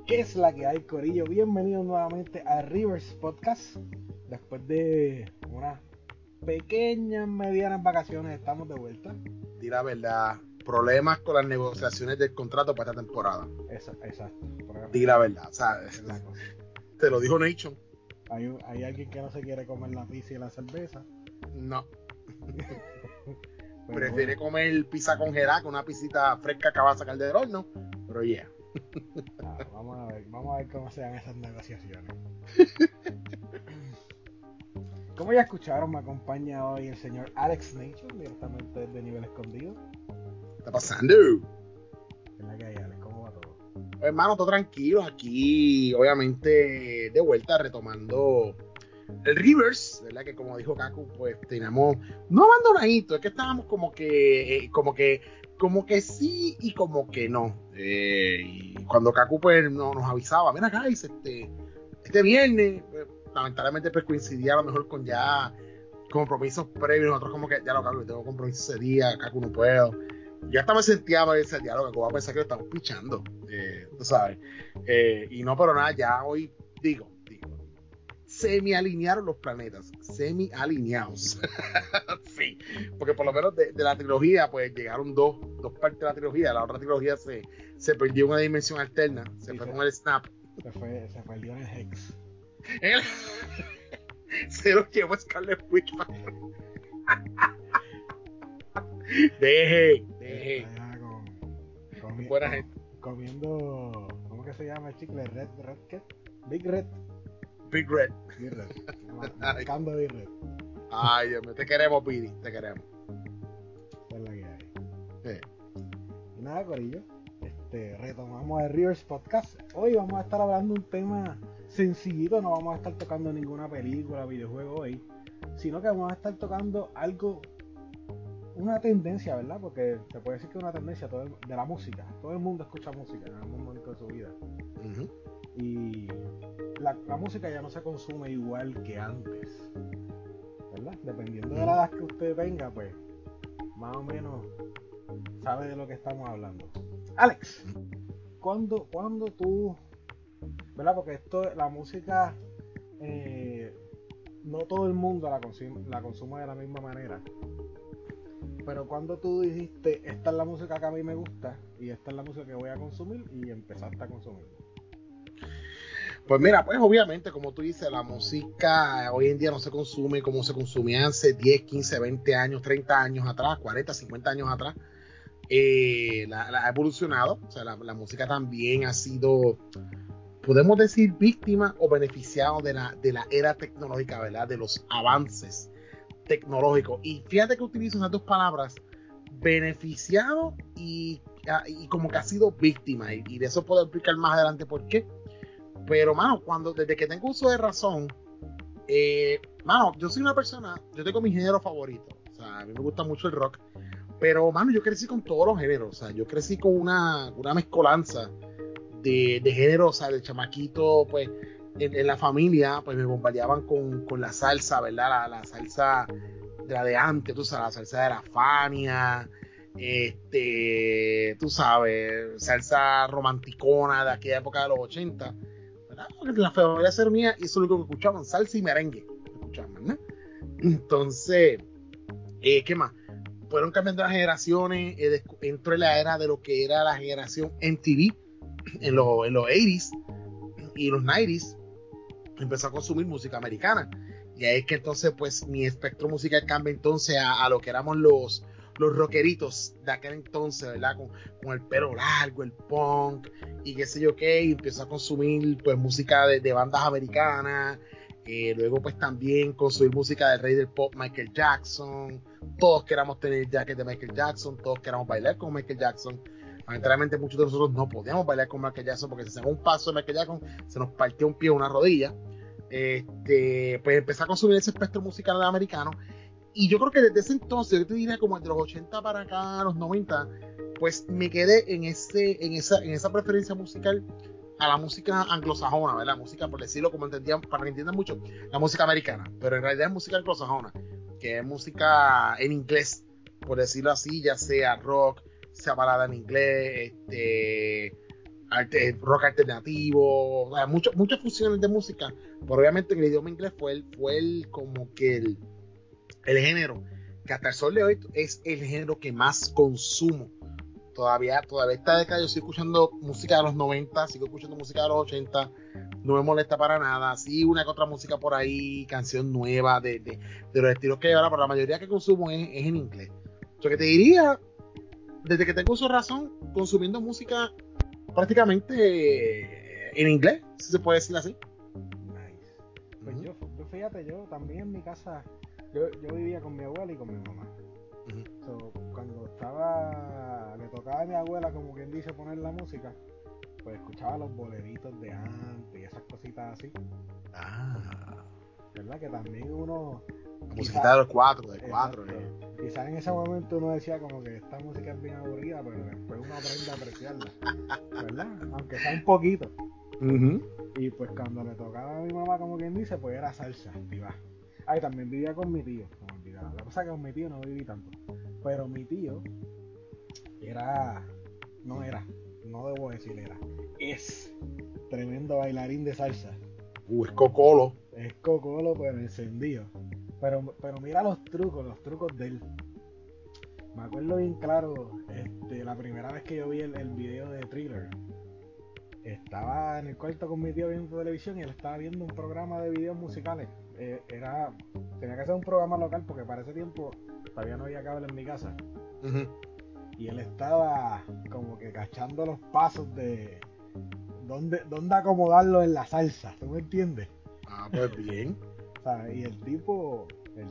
¿Qué es la que hay, corillo? Bienvenidos nuevamente a Rivers Podcast. Después de unas pequeñas, medianas vacaciones, estamos de vuelta. Di la verdad, problemas con las negociaciones del contrato para esta temporada. Exacto. Di la verdad, Es la cosa. te lo dijo Nation. Hay alguien que no se quiere comer la pizza y la cerveza. No. Pero Prefiere bueno, comer pizza congelada con una pisita fresca que va a sacar del horno. Pero yeah. vamos a ver cómo se dan esas negociaciones. Como ya escucharon, me acompaña hoy el señor Alex Nation, directamente desde Nivel Escondido. ¿Qué está pasando? Es la que hay, Alex, ¿cómo va todo? Hermano, todo tranquilo. Aquí, obviamente, de vuelta retomando el Rivers, ¿verdad? Que como dijo Kaku, pues teníamos no abandonadito, es que estábamos como que sí y como que no. Y cuando Kaku pues nos avisaba, mira guys, este viernes, pues, lamentablemente pues coincidía a lo mejor con ya compromisos previos, nosotros como que ya lo Kaku, tengo compromiso ese día, Kaku no puedo. Ya hasta me sentía para ese diálogo, Kaku va a pensar que lo estamos pichando, tú sabes. Y no, pero nada, ya hoy digo, semi alinearon los planetas, semi alineados. Sí, porque por lo menos de la trilogía, pues llegaron dos partes de la trilogía. La otra trilogía se perdió en una dimensión alterna, se fue con el Snap. Se fue el Lionel Hex. Se lo llevó Scarlet Witch. Deje. Está ya Buena gente. comiendo, ¿cómo que se llama el chicle? Red ¿qué? Big Red. Big Red. Mascando Big Red. Ay, Dios mío, te queremos, Pidi, te queremos. Esa es la que hay. Sí. Y nada, corillo. Retomamos el Rivers Podcast. Hoy vamos a estar hablando de un tema sencillito. No vamos a estar tocando ninguna película, videojuego hoy, sino que vamos a estar tocando algo, una tendencia, ¿verdad? Porque se puede decir que es una tendencia de la música. Todo el mundo escucha música en algún momento de su vida. Uh-huh. Y la música ya no se consume igual que antes, ¿verdad? Dependiendo de la edad que usted tenga, pues más o menos sabe de lo que estamos hablando. Alex, ¿cuándo tú, ¿verdad? Porque la música, no todo el mundo la consume de la misma manera. Pero cuando tú dijiste, esta es la música que a mí me gusta y esta es la música que voy a consumir, y empezaste a consumir. Pues mira, pues obviamente, como tú dices, la música hoy en día no se consume como se consumía hace 10, 15, 20 años, 30 años atrás, 40, 50 años atrás. La ha evolucionado, o sea, la música también ha sido, podemos decir, víctima o beneficiado de la era tecnológica, ¿verdad? De los avances tecnológicos. Y fíjate que utilizo esas dos palabras, beneficiado y como que ha sido víctima. Y de eso puedo explicar más adelante por qué. Pero, mano, desde que tengo uso de razón, mano, yo soy una persona, yo tengo mi género favorito. O sea, a mí me gusta mucho el rock. Pero, mano, yo crecí con todos los géneros. O sea, yo crecí con una mezcolanza de géneros. O sea, de chamaquito, pues, en la familia, pues me bombardeaban con la salsa, ¿verdad? La salsa de la de antes, tú sabes, la salsa de la Fania, tú sabes, salsa romanticona de aquella época de los 80, ¿verdad? Porque la familia se reunía y eso es lo que escuchaban, salsa y merengue, escuchaban, ¿no? Entonces, ¿qué más? Fueron cambiando las generaciones, entró en la era de lo que era la generación MTV en los 80s y los 90s, empezó a consumir música americana. Y ahí es que entonces, pues, mi espectro musical cambia entonces a lo que éramos los rockeritos de aquel entonces, ¿verdad? Con el pelo largo, el punk y qué sé yo qué. Y empezó a consumir, pues, música de bandas americanas. Luego, pues, también consumir música del rey del pop, Michael Jackson. Todos queramos tener jacket de Michael Jackson. Todos queramos bailar con Michael Jackson. Lamentablemente, muchos de nosotros no podíamos bailar con Michael Jackson porque si hacemos un paso de Michael Jackson, se nos partió un pie o una rodilla. Pues empecé a consumir ese espectro musical americano y yo creo que desde ese entonces, yo te diría como entre los 80 para acá, los 90, pues me quedé en esa preferencia musical a la música anglosajona, ¿verdad? Música, por decirlo como entendían, para que entiendan mucho, la música americana, pero en realidad es música anglosajona, que es música en inglés, por decirlo así, ya sea rock, sea balada en inglés, rock alternativo, o sea, muchas fusiones de música, pero obviamente en el idioma inglés fue el como que el género que hasta el sol de hoy es el género que más consumo. Todavía esta década yo sigo escuchando música de los 90, sigo escuchando música de los 80, no me molesta para nada, sí una que otra música por ahí, canción nueva de los estilos que hay ahora, pero la mayoría que consumo es en inglés. Yo que te diría, desde que tengo uso de razón, consumiendo música prácticamente en inglés, si se puede decir así. Nice. Pues yo fíjate, yo también en mi casa, yo vivía con mi abuela y con mi mamá. So, cuando le tocaba a mi abuela, como quien dice, poner la música, pues escuchaba los boleritos de antes y esas cositas así. ¿Verdad? Que también uno... La musiquita de los cuatro, Quizás en ese momento uno decía como que esta música es bien aburrida, pero después uno aprende a apreciarla, ¿verdad? Aunque sea un poquito. Y pues cuando le tocaba a mi mamá, como quien dice, pues era salsa, activa. Ay, también vivía con mi tío, no me olvidaba. La cosa es que con mi tío no viví tanto. Pero mi tío no debo decir es tremendo bailarín de salsa. Es cocolo. Es cocolo, pero encendido. Pero mira los trucos de él. Me acuerdo bien claro, la primera vez que yo vi el video de Thriller. Estaba en el cuarto con mi tío viendo televisión y él estaba viendo un programa de videos musicales. Tenía que ser un programa local porque para ese tiempo todavía no había cable en mi casa. Y él estaba como que cachando los pasos de dónde acomodarlo en la salsa, ¿tú me entiendes? Pues bien. O sea, y el tipo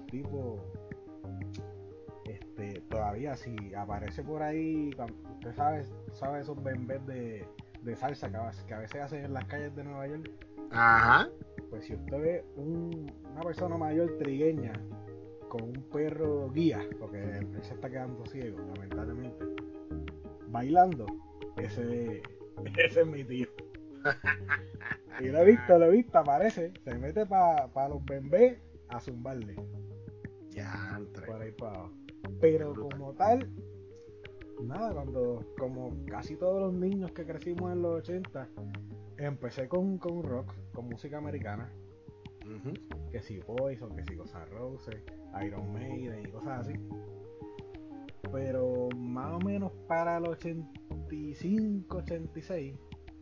todavía si aparece por ahí, usted sabe esos bembés de salsa que a veces hacen en las calles de Nueva York. Ajá. Pues si usted ve una persona mayor trigueña con un perro guía, porque él se está quedando ciego, lamentablemente, bailando, ese es mi tío. Y lo he visto, aparece, se mete para los bembés a zumbarle. Ya, por ahí para abajo. Pero como tal, nada, como casi todos los niños que crecimos en los 80, empecé con rock, con música americana. Que si Poison, que si Guns N' Roses, Iron Maiden y cosas así. Pero más o menos para el 85, 86,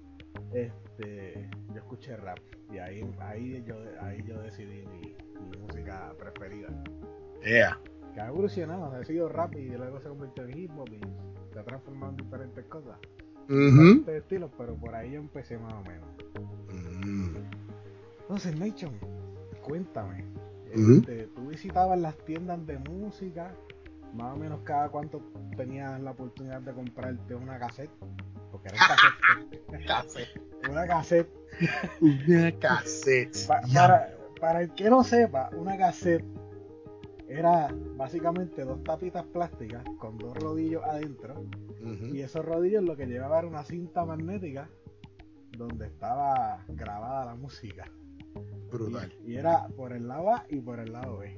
yo escuché rap. Y ahí yo decidí mi música preferida. Yeah. Que ha evolucionado, ha sido rap y luego se convirtió en hip hop y se ha transformado en diferentes cosas, diferentes estilos, pero por ahí yo empecé más o menos. Entonces, Nation, cuéntame, ¿tú visitabas las tiendas de música? Más o menos cada cuánto tenías la oportunidad de comprarte una cassette, porque era un cassette. Una cassette. Una cassette. Para el que no sepa, una cassette era básicamente dos tapitas plásticas con dos rodillos adentro. Y esos rodillos lo que llevaba era una cinta magnética donde estaba grabada la música. Brutal. Y era por el lado A y por el lado B.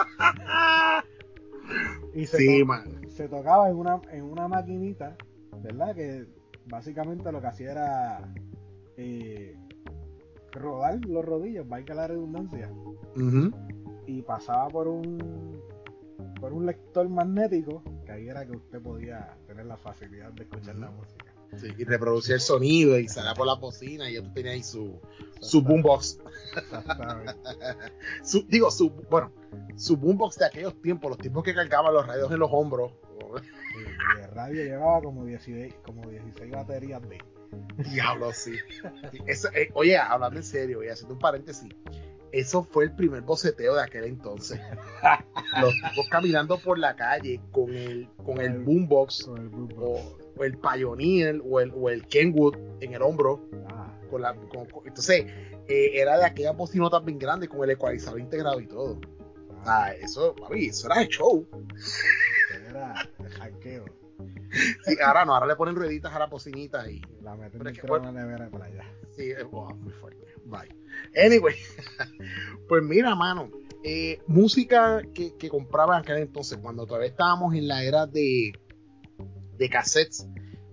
Y se tocaba en una maquinita, ¿verdad? Que básicamente lo que hacía era rodar los rodillos, valga la redundancia. Y pasaba por un lector magnético, que ahí era que usted podía tener la facilidad de escuchar la música. Sí, y reproducir el sonido y salía por la bocina y ya tú tenías ahí su boombox. Exactamente. Su boombox de aquellos tiempos, los tiempos que cargaban los radios en los hombros. Sí, y el radio llevaba como 16 baterías de... Diablo, sí. Eso, oye, hablando en serio y haciendo un paréntesis, eso fue el primer boceteo de aquel entonces. Los tipos caminando por la calle con el boombox o el Pioneer o el Kenwood en el hombro. Entonces, era de aquellas bocinotas bien grandes con el ecualizador integrado y todo. O sea, eso era de show. Era hackeo. Sí, ahora le ponen rueditas a las bocinitas y la meten dentro de una nevera de playa. Sí, muy fuerte. Bye. Anyway, pues mira, mano, música que compraba en aquel entonces, cuando todavía estábamos en la era de cassettes,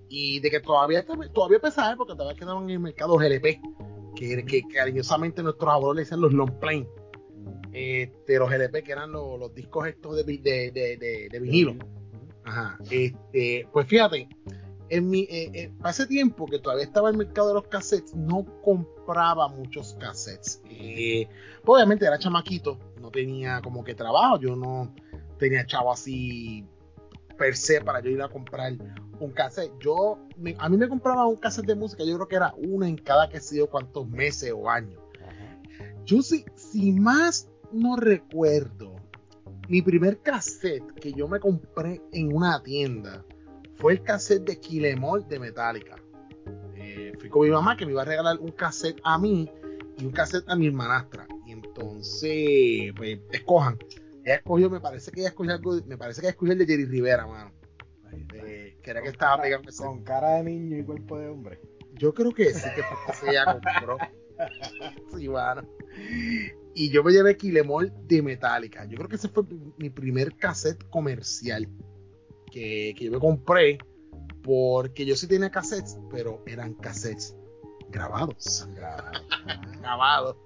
y de que todavía pesaba, porque todavía quedaban en el mercado los LP, que cariñosamente nuestros abuelos le decían los long plane, los LP, que eran los discos estos de vinilo. Ajá. Pues fíjate, para ese tiempo que todavía estaba el mercado de los cassettes, no compraba muchos cassettes. Pues obviamente era chamaquito, no tenía como que trabajo, yo no tenía chavo así per se para yo ir a comprar un cassette. A mí me compraba un cassette de música, yo creo que era uno en cada que sé yo cuántos meses o años. Yo si más no recuerdo, mi primer cassette que yo me compré en una tienda fue el cassette de Kill 'Em All de Metallica. Fui con mi mamá, que me iba a regalar un cassette a mí y un cassette a mi hermanastra. Y entonces, pues, escojan. Ella escogió, me parece que ella escogió el de Jerry Rivera, mano. Que era que estaba pegado con cara de niño y cuerpo de hombre. Yo creo que sí, que fue que ella compró. Sí, mano. Y yo me llevé Kill 'Em All de Metallica. Yo creo que ese fue mi primer cassette comercial que yo me compré, porque yo sí tenía cassettes, pero eran cassettes grabados. Grabados.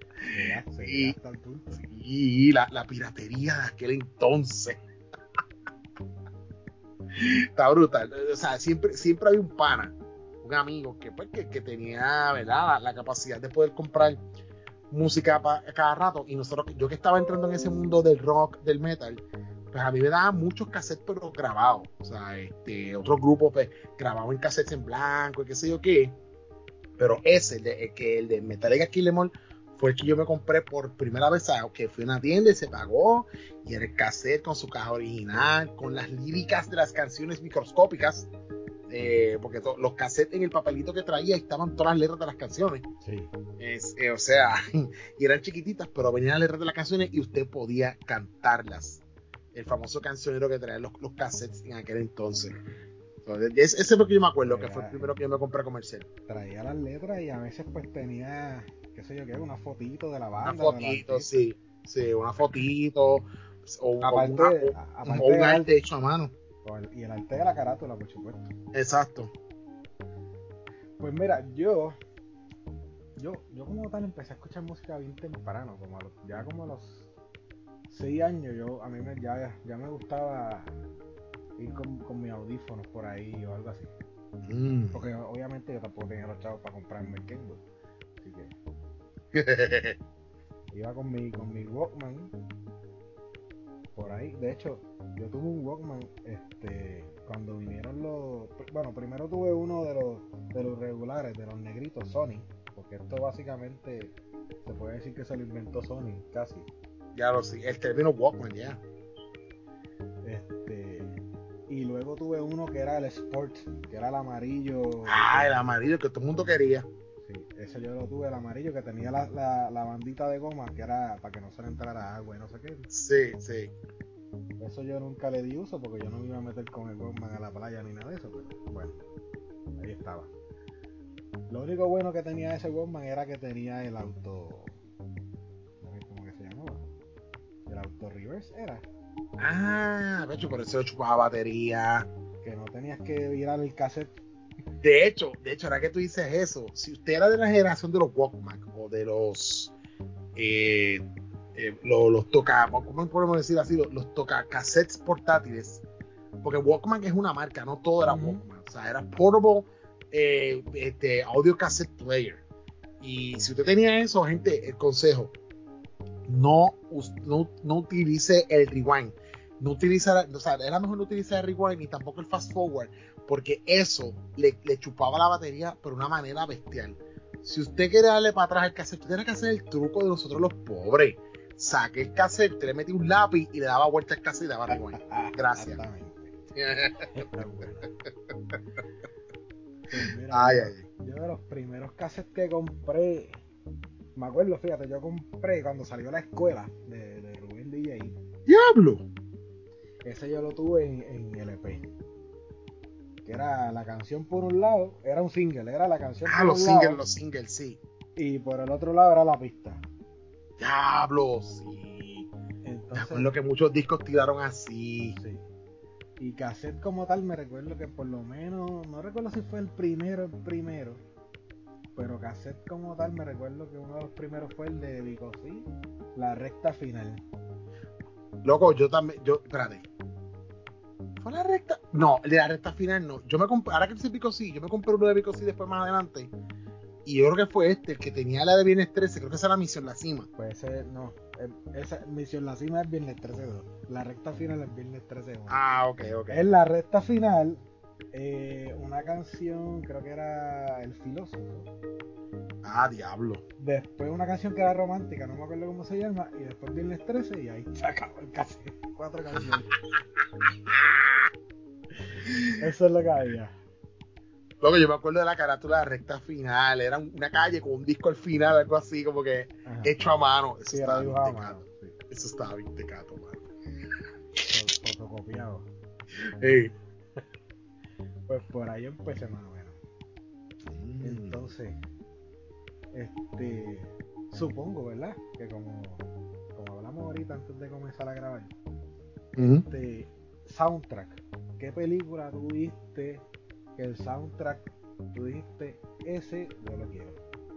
Y la piratería de aquel entonces. Está brutal. O sea, siempre había un pana, un amigo que tenía, ¿verdad?, la capacidad de poder comprar música cada rato. Y yo que estaba entrando en ese mundo del rock, del metal, pues a mí me daban muchos cassettes pero grabados. O sea, otros grupos pues grababan en cassettes en blanco y qué sé yo qué. Pero el de Metallica Kill 'Em All fue el que yo me compré por primera vez, que fui a una tienda y se pagó, y era el cassette con su caja original, con las líricas de las canciones microscópicas, porque los cassettes en el papelito que traía estaban todas las letras de las canciones. Sí. O sea, y eran chiquititas, pero venían las letras de las canciones y usted podía cantarlas. El famoso cancionero que traían los cassettes en aquel entonces. Entonces, ese es lo que yo me acuerdo, que fue el primero que yo me compré comercial. Traía las letras y a veces pues tenía, qué sé yo qué, una fotito de la banda. Una fotito, sí, una fotito, o aparte un arte hecho a mano. Y el arte de la carátula, por supuesto. Exacto. Pues mira, yo como tal empecé a escuchar música bien temprano, ya como a los 6 años, a mí ya me gustaba ir con mis audífonos por ahí o algo así. Porque obviamente yo tampoco tenía los chavos para comprarme el Game Boy. Así que iba con mi Walkman por ahí. De hecho, yo tuve un Walkman cuando vinieron primero tuve uno de los regulares, de los negritos, Sony, porque esto básicamente se puede decir que se lo inventó Sony, casi. Ya lo sé, el término Walkman, ya. Y luego tuve uno que era el Sport, que era el amarillo. El amarillo que todo el mundo quería. Sí, ese yo lo tuve, el amarillo, que tenía la bandita de goma, que era para que no se le entrara agua y no sé qué. Sí. Eso yo nunca le di uso porque yo no me iba a meter con el Walkman a la playa ni nada de eso, pero bueno, ahí estaba. Lo único bueno que tenía ese Walkman era que tenía el auto, ¿cómo que se llamaba? El auto reverse era. De hecho, por eso le chupaba batería. Que no tenías que virar el cassette. De hecho, ahora que tú dices eso, si usted era de la generación de los Walkman o de los ¿cómo podemos decir así? Los toca cassettes portátiles, porque Walkman es una marca, no todo era Walkman, o sea, era portable audio cassette player. Y si usted tenía eso, gente, el consejo, no utilice el rewind, era mejor no utilizar el rewind ni tampoco el fast forward, porque eso le chupaba la batería por una manera bestial. Si usted quiere darle para atrás el cassette, usted tiene que hacer el truco de nosotros los pobres. Saque el cassette, usted le metía un lápiz y le daba vuelta al cassette y daba rewind. Gracias. Pues mira, yo de los primeros cassettes que compré, me acuerdo, fíjate, yo compré cuando salió La Escuela de Rubén DJ. ¡Diablo! Ese yo lo tuve en LP. Que era la canción por un lado, era un single, era la canción por un lado. Los singles, sí. Y por el otro lado era la pista. ¡Diablo! Sí. Entonces, me acuerdo que muchos discos tiraron así. Sí. Y cassette como tal me recuerdo que por lo menos, no recuerdo si fue el primero, pero cassette como tal me recuerdo que uno de los primeros fue el de Vico C, la recta final. Loco, yo también, espérate. ¿Fue la recta? No, el de la recta final no. Yo me compré, ahora que dice Pico sí, yo me compré uno de Pico sí después más adelante. Y yo creo que fue el que tenía la de Viernes 13, creo que esa era la Misión La Cima. Pues ese, no, esa Misión La Cima es Viernes 13-2, la recta final es Viernes 13-1. Ah, ok. En la recta final, una canción, creo que era El Filósofo. Ah, diablo. Después una canción que era romántica, no me acuerdo cómo se llama, y después Viernes 13 y ahí se acabó el cassette. 4 canciones. Eso es lo que había. Loco, yo me acuerdo de la carátula de la recta final. Era una calle con un disco al final, algo así, como que Ajá. hecho a mano. Eso Sí, estaba era bien dibujado a tecato. mano. Sí. Eso estaba bien tecato, mano. Fotocopiado. Hey. Pues por ahí empecé más o menos. Entonces, supongo, ¿verdad? Que como hablamos ahorita antes de comenzar a grabar, soundtrack. ¿Qué película tú viste que el soundtrack tú dijiste, ese yo lo quiero?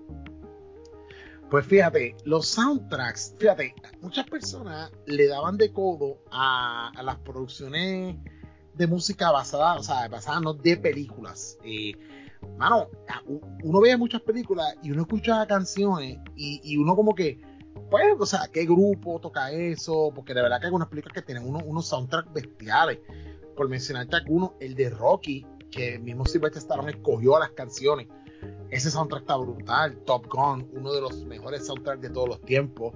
Pues fíjate, los soundtracks, fíjate, muchas personas le daban de codo a las producciones de música basada, o sea, basadas no de películas. Mano, uno ve muchas películas y uno escucha canciones y uno como que, pues, o sea, ¿qué grupo toca eso? Porque de verdad que hay algunas películas que tienen unos soundtracks bestiales. Por mencionarte algunos, el de Rocky, que el mismo Sylvester Stallone escogió las canciones. Ese soundtrack está brutal. Top Gun, uno de los mejores soundtracks de todos los tiempos.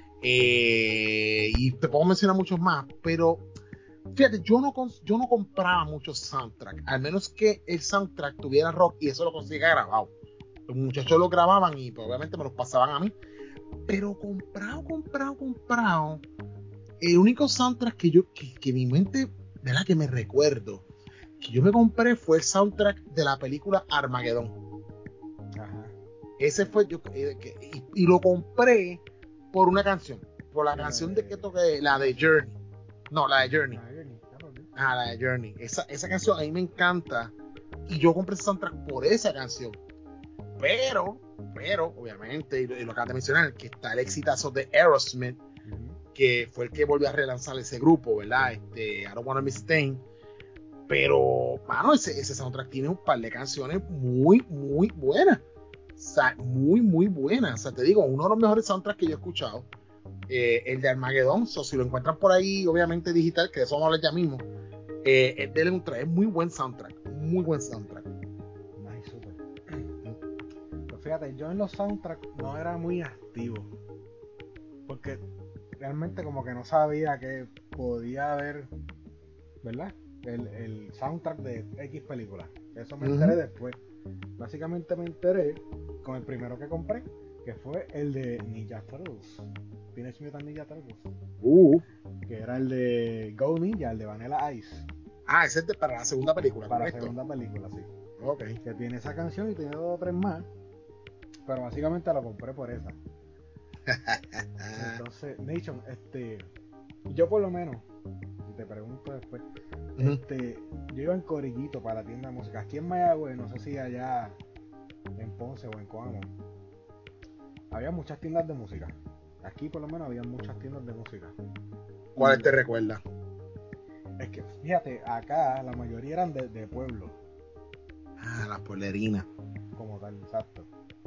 Y te puedo mencionar muchos más, pero fíjate, yo no compraba muchos soundtracks, al menos que el soundtrack tuviera rock y eso lo conseguía grabado. Los muchachos lo grababan y pues, obviamente me los pasaban a mí. Pero comprado. El único soundtrack que mi mente, ¿verdad? Que me recuerdo, que yo me compré fue el soundtrack de la película Armageddon. Ajá. Ese fue yo, y lo compré por una canción, por la canción de que toqué, la de Journey. No, la de Journey. La de Journey. Esa canción a mí me encanta y yo compré ese soundtrack por esa canción. Pero, obviamente, y lo acabas de mencionar, que está el exitazo de Aerosmith, que fue el que volvió a relanzar ese grupo, ¿verdad? I Don't Wanna Miss a Thing. Pero, mano, ese soundtrack tiene un par de canciones muy, muy buenas. O sea, muy, muy buenas. O sea, te digo, uno de los mejores soundtracks que yo he escuchado. El de Armageddon, si lo encuentran por ahí, obviamente digital, que de eso vamos a hablar ya mismo. Es muy buen soundtrack. Muy buen soundtrack. Nice, super. Pues fíjate, yo en los soundtracks no era muy activo. Porque realmente como que no sabía que podía haber, ¿verdad? El soundtrack de X película. Eso me enteré después. Básicamente me enteré con el primero que compré, que fue el de Ninja Turtles. Teenage Mutant Ninja Turtles. Que era el de Go Ninja, el de Vanilla Ice. Ese es para la segunda película, para ¿correcto? la segunda película, sí. Ok. Que tiene esa canción y tiene 2 o 3 más. Pero básicamente lo compré por esa. Entonces, Nation, yo por lo menos, te pregunto después, yo iba en Corillito para la tienda de música. Aquí en Mayagüez, no sé si allá en Ponce o en Coamo, había muchas tiendas de música. Aquí por lo menos había muchas tiendas de música. ¿Cuál te recuerda? Es que, fíjate, acá la mayoría eran de pueblo. Las polerinas. Como tal, exacto.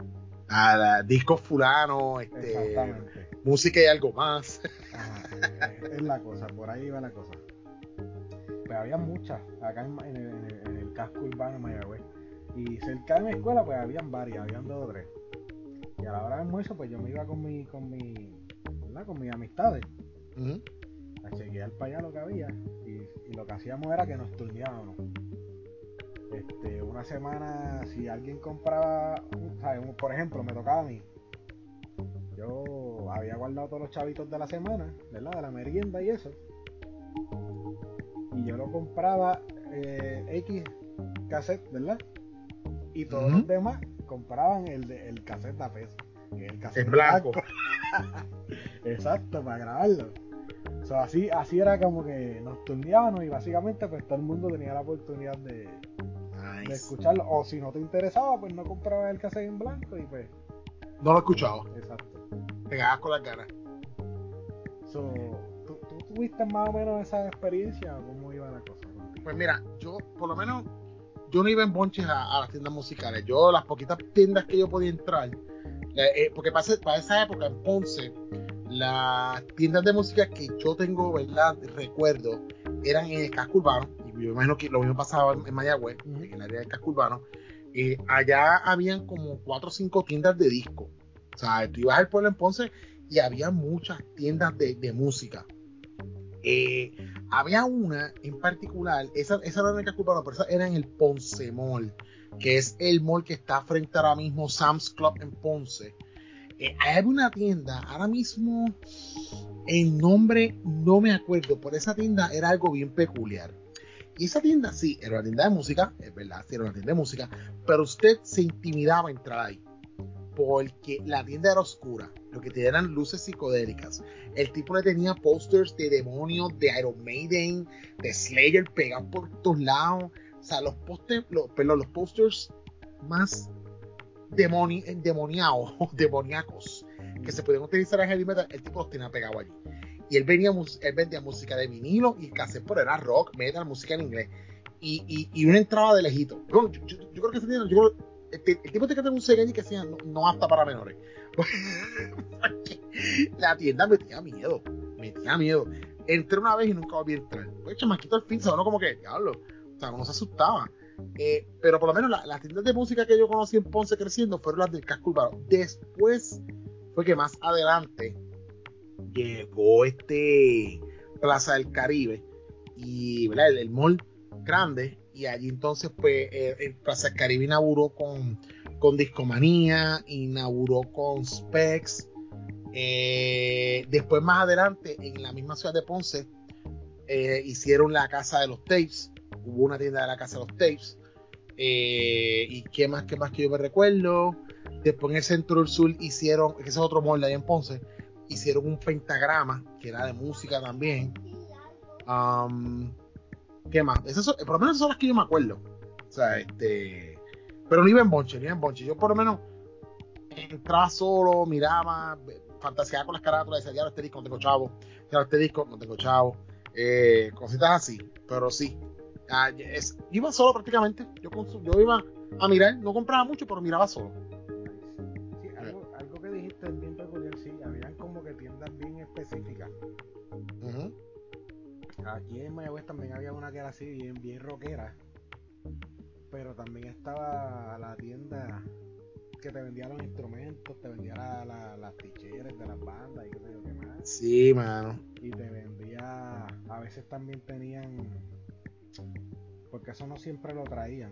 Discos fulano, Exactamente. música y algo más. Ajá, es la cosa, por ahí va la cosa. Pues había muchas acá en el casco urbano de Mayagüez. Y cerca de mi escuela, pues habían varias, habían 2 o 3. Y a la hora de almuerzo, pues yo me iba con mis amistades a chequear para allá lo que había. Y lo que hacíamos era que nos turneábamos. Una semana, si alguien compraba, ¿sabes? Por ejemplo, me tocaba a mí. Yo había guardado todos los chavitos de la semana, ¿verdad? De la merienda y eso. Y yo lo compraba X cassette, ¿verdad? Y todos los demás compraban el cassette a peso. El cassette en blanco. Exacto, para grabarlo. So, así era como que nos turneábamos y básicamente pues todo el mundo tenía la oportunidad de escucharlo. O si no te interesaba, pues no comprabas el cassette en blanco y pues... No lo he escuchado. Exacto. Te quedabas con las ganas. So, ¿tú tuviste más o menos esa experiencia o cómo iba la cosa contigo? Pues mira, yo por lo menos yo no iba en bonches a las tiendas musicales. Yo las poquitas tiendas que yo podía entrar, porque para esa época en Ponce, las tiendas de música que yo tengo, ¿verdad? Recuerdo, eran en el casco urbano, y yo imagino que lo mismo pasaba en Mayagüez, en el área del casco urbano. Allá habían como 4 o 5 tiendas de disco. O sea, tú ibas al pueblo en Ponce y había muchas tiendas de música. Había una en particular, esa no era en el casco urbano, pero esa era en el Ponce Mall, que es el mall que está frente ahora mismo Sam's Club en Ponce. Hay una tienda, ahora mismo el nombre no me acuerdo, pero esa tienda era algo bien peculiar. Y esa tienda sí, era una tienda de música, es verdad, sí era una tienda de música, pero usted se intimidaba a entrar ahí, porque la tienda era oscura, lo que tenía eran luces psicodélicas. El tipo le tenía posters de demonios, de Iron Maiden, de Slayer pegados por todos lados. O sea, los posters más demoníacos que se pueden utilizar en heavy metal, el tipo los tenía pegados allí. Y él vendía música de vinilo y cassette, pero era rock, metal, música en inglés. Y una entrada de lejito. Bueno, yo creo que ese tienda, el tipo te que un cereño que hacía no apta para menores. La tienda metía miedo. Entré una vez y nunca volví a entrar. Pues chamaquito al fin, uno como que, diablo. O sea, uno se asustaba. Pero por lo menos las tiendas de música que yo conocí en Ponce creciendo fueron las del casco urbano. Después fue que más adelante llegó Plaza del Caribe y ¿verdad? El mall grande, y allí entonces pues el Plaza del Caribe inauguró con Discomanía, inauguró con Specs. Después más adelante en la misma ciudad de Ponce hicieron la Casa de los Tapes, hubo una tienda de la Casa de los Tapes. Y qué más que yo me recuerdo. Después en el Centro del Sur hicieron, que ese es otro mall ahí en Ponce, hicieron un pentagrama que era de música también. ¿Qué más? Por lo menos esas son las que yo me acuerdo. O sea, pero no iba en bonche. Yo por lo menos entraba solo, miraba, fantaseaba con las carátulas, decía, ya este disco no tengo chavo, ya este disco no tengo chavo. Cositas así, pero sí. Iba solo prácticamente. Yo iba a mirar, no compraba mucho, pero miraba solo. Sí, algo que dijiste es bien peculiar, sí, habían como que tiendas bien específicas. Uh-huh. Aquí en Mayagüez también había una que era así, bien rockera, pero también estaba la tienda que te vendía los instrumentos, te vendía las ticheres de las bandas y qué sé yo qué más. Sí, mano. Y te vendía, a veces también tenían, porque eso no siempre lo traían,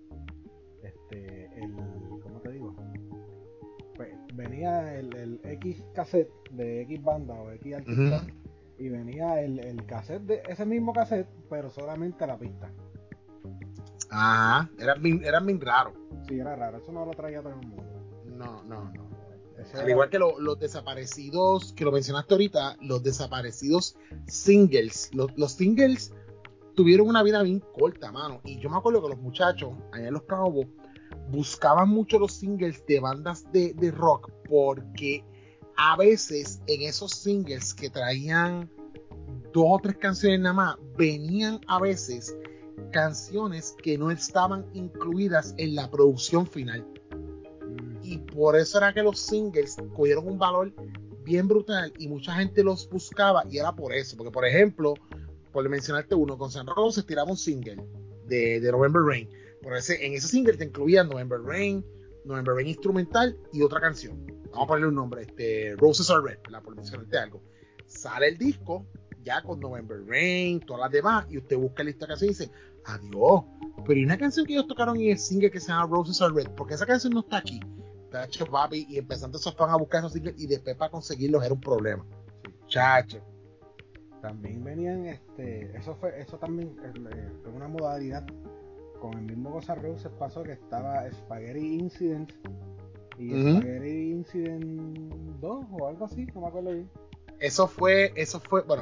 ¿cómo te digo? Pues venía el X cassette de X banda o X artista, uh-huh, y venía el cassette de ese mismo cassette, pero solamente la pista. Ajá, era bien raro. Sí, era raro, eso no lo traía todo el mundo. No. Al igual que los desaparecidos, que lo mencionaste ahorita, los desaparecidos singles. Los singles tuvieron una vida bien corta, mano. Y yo me acuerdo que los muchachos, allá en Los Cabos, buscaban mucho los singles de bandas de rock, porque a veces en esos singles que traían 2 o 3 canciones nada más, venían a veces canciones que no estaban incluidas en la producción final. Y por eso era que los singles cogieron un valor bien brutal y mucha gente los buscaba, y era por eso. Porque, por ejemplo, por mencionarte uno, con San Roses tiraba un single de November Rain. En ese single te incluían November Rain instrumental y otra canción. Vamos a ponerle un nombre, Roses Are Red, ¿verdad? Por mencionarte algo. Sale el disco ya con November Rain, todas las demás, y usted busca la lista de canciones y dice, adiós, pero hay una canción que ellos tocaron en el single que se llama Roses Are Red, porque esa canción no está aquí. Chacho, papi, y empezando esos fans a buscar esos singles y después para conseguirlos era un problema. Sí. Chacho. También venían, eso también fue una modalidad. Con el mismo Guns N' Roses pasó que estaba Spaghetti Incident y uh-huh, Spaghetti Incident 2 o algo así, no me acuerdo bien. Eso fue, bueno,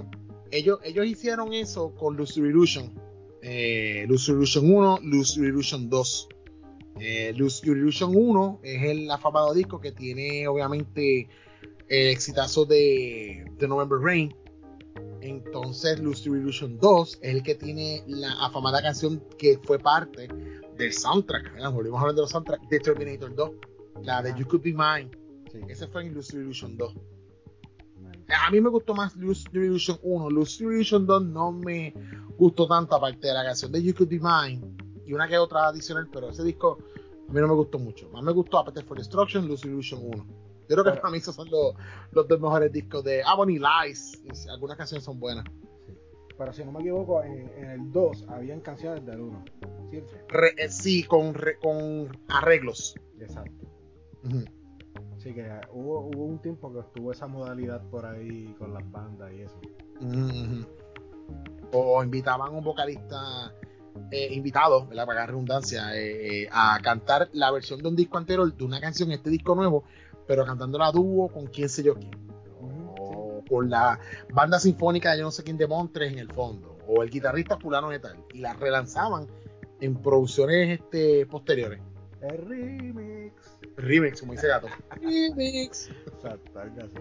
Ellos hicieron eso con Luxury Illusion. Luxury Illusion 1, Luxury Illusion 2. Luxury Illusion 1 es el afamado disco que tiene obviamente el exitazo de November Rain. Entonces Luxury Illusion 2 es el que tiene la afamada canción que fue parte del soundtrack. Volvimos a hablar de los soundtracks de Terminator 2, la de You Could Be Mine. Sí. Ese fue en Luxury Illusion 2. A mí me gustó más Luxury Illusion 1. Luxury Illusion 2 no me gustó tanto, aparte de la canción de You Could Be Mine y una que otra adicional, pero ese disco a mí no me gustó mucho. Más me gustó Appetite for Destruction, Luxury Illusion 1. Yo creo que para mí esos son los dos mejores discos de Ebony Lies. Algunas canciones son buenas. Sí. Pero si no me equivoco, en el 2 habían canciones del 1. Sí, con arreglos. Exacto. Uh-huh. Sí, que hubo un tiempo que estuvo esa modalidad por ahí con las bandas y eso. Uh-huh. O invitaban a un vocalista invitado, ¿verdad? Para la redundancia, a cantar la versión de un disco anterior de una canción en este disco nuevo, pero cantándola a dúo con quién sé yo quién. O con la banda sinfónica de yo no sé quién de Montres en el fondo, o el guitarrista fulano de tal, y la relanzaban en producciones posteriores. El remix, como dice Gato. Remix. Exacto, algo así.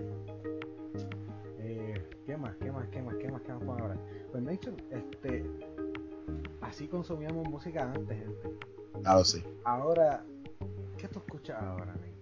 ¿Qué más podemos hablar? Pues Nation, así consumíamos música antes, gente. Claro, sí. Ahora, ¿qué tú escuchas ahora, Nation?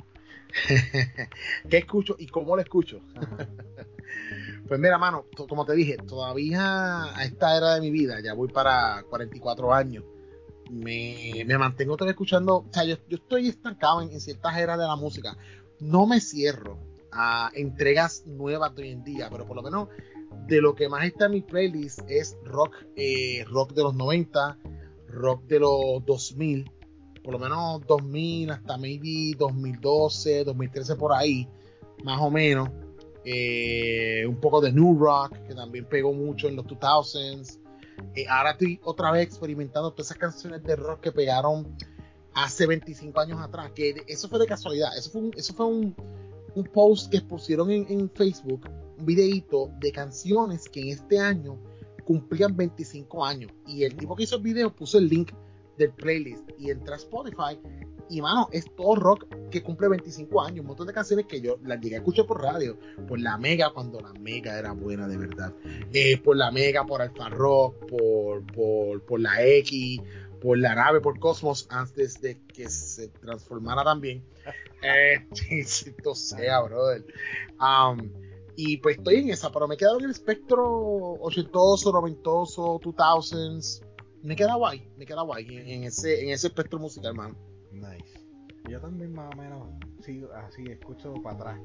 ¿Qué escucho y cómo lo escucho? Pues mira, mano, como te dije, todavía a esta era de mi vida, ya voy para 44 años, me mantengo todavía escuchando. O sea, yo estoy estancado en ciertas eras de la música. No me cierro a entregas nuevas de hoy en día, pero por lo menos de lo que más está en mi playlist es rock de los 90, rock de los 2000, por lo menos 2000 hasta maybe 2012, 2013 por ahí, más o menos. Un poco de new rock, que también pegó mucho en los 2000s. Ahora estoy otra vez experimentando todas esas canciones de rock que pegaron hace 25 años atrás, que eso fue de casualidad. Eso fue un post que pusieron en Facebook, un videíto de canciones que en este año cumplían 25 años, y el tipo que hizo el video puso el link del playlist y entra a Spotify, y mano, es todo rock que cumple 25 años, un montón de canciones que yo las llegué a escuchar por radio, por la Mega, cuando la Mega era buena de verdad, por la Mega, por Alfa Rock, por la X, por la nave, por Cosmos, antes de que se transformara también. Esto sea, brother. Y pues estoy en esa, pero me he quedado en el espectro ochentoso, noventoso, 2000s. Me queda guay en ese espectro musical, hermano. Nice. Yo también más o menos sigo así, escucho para atrás.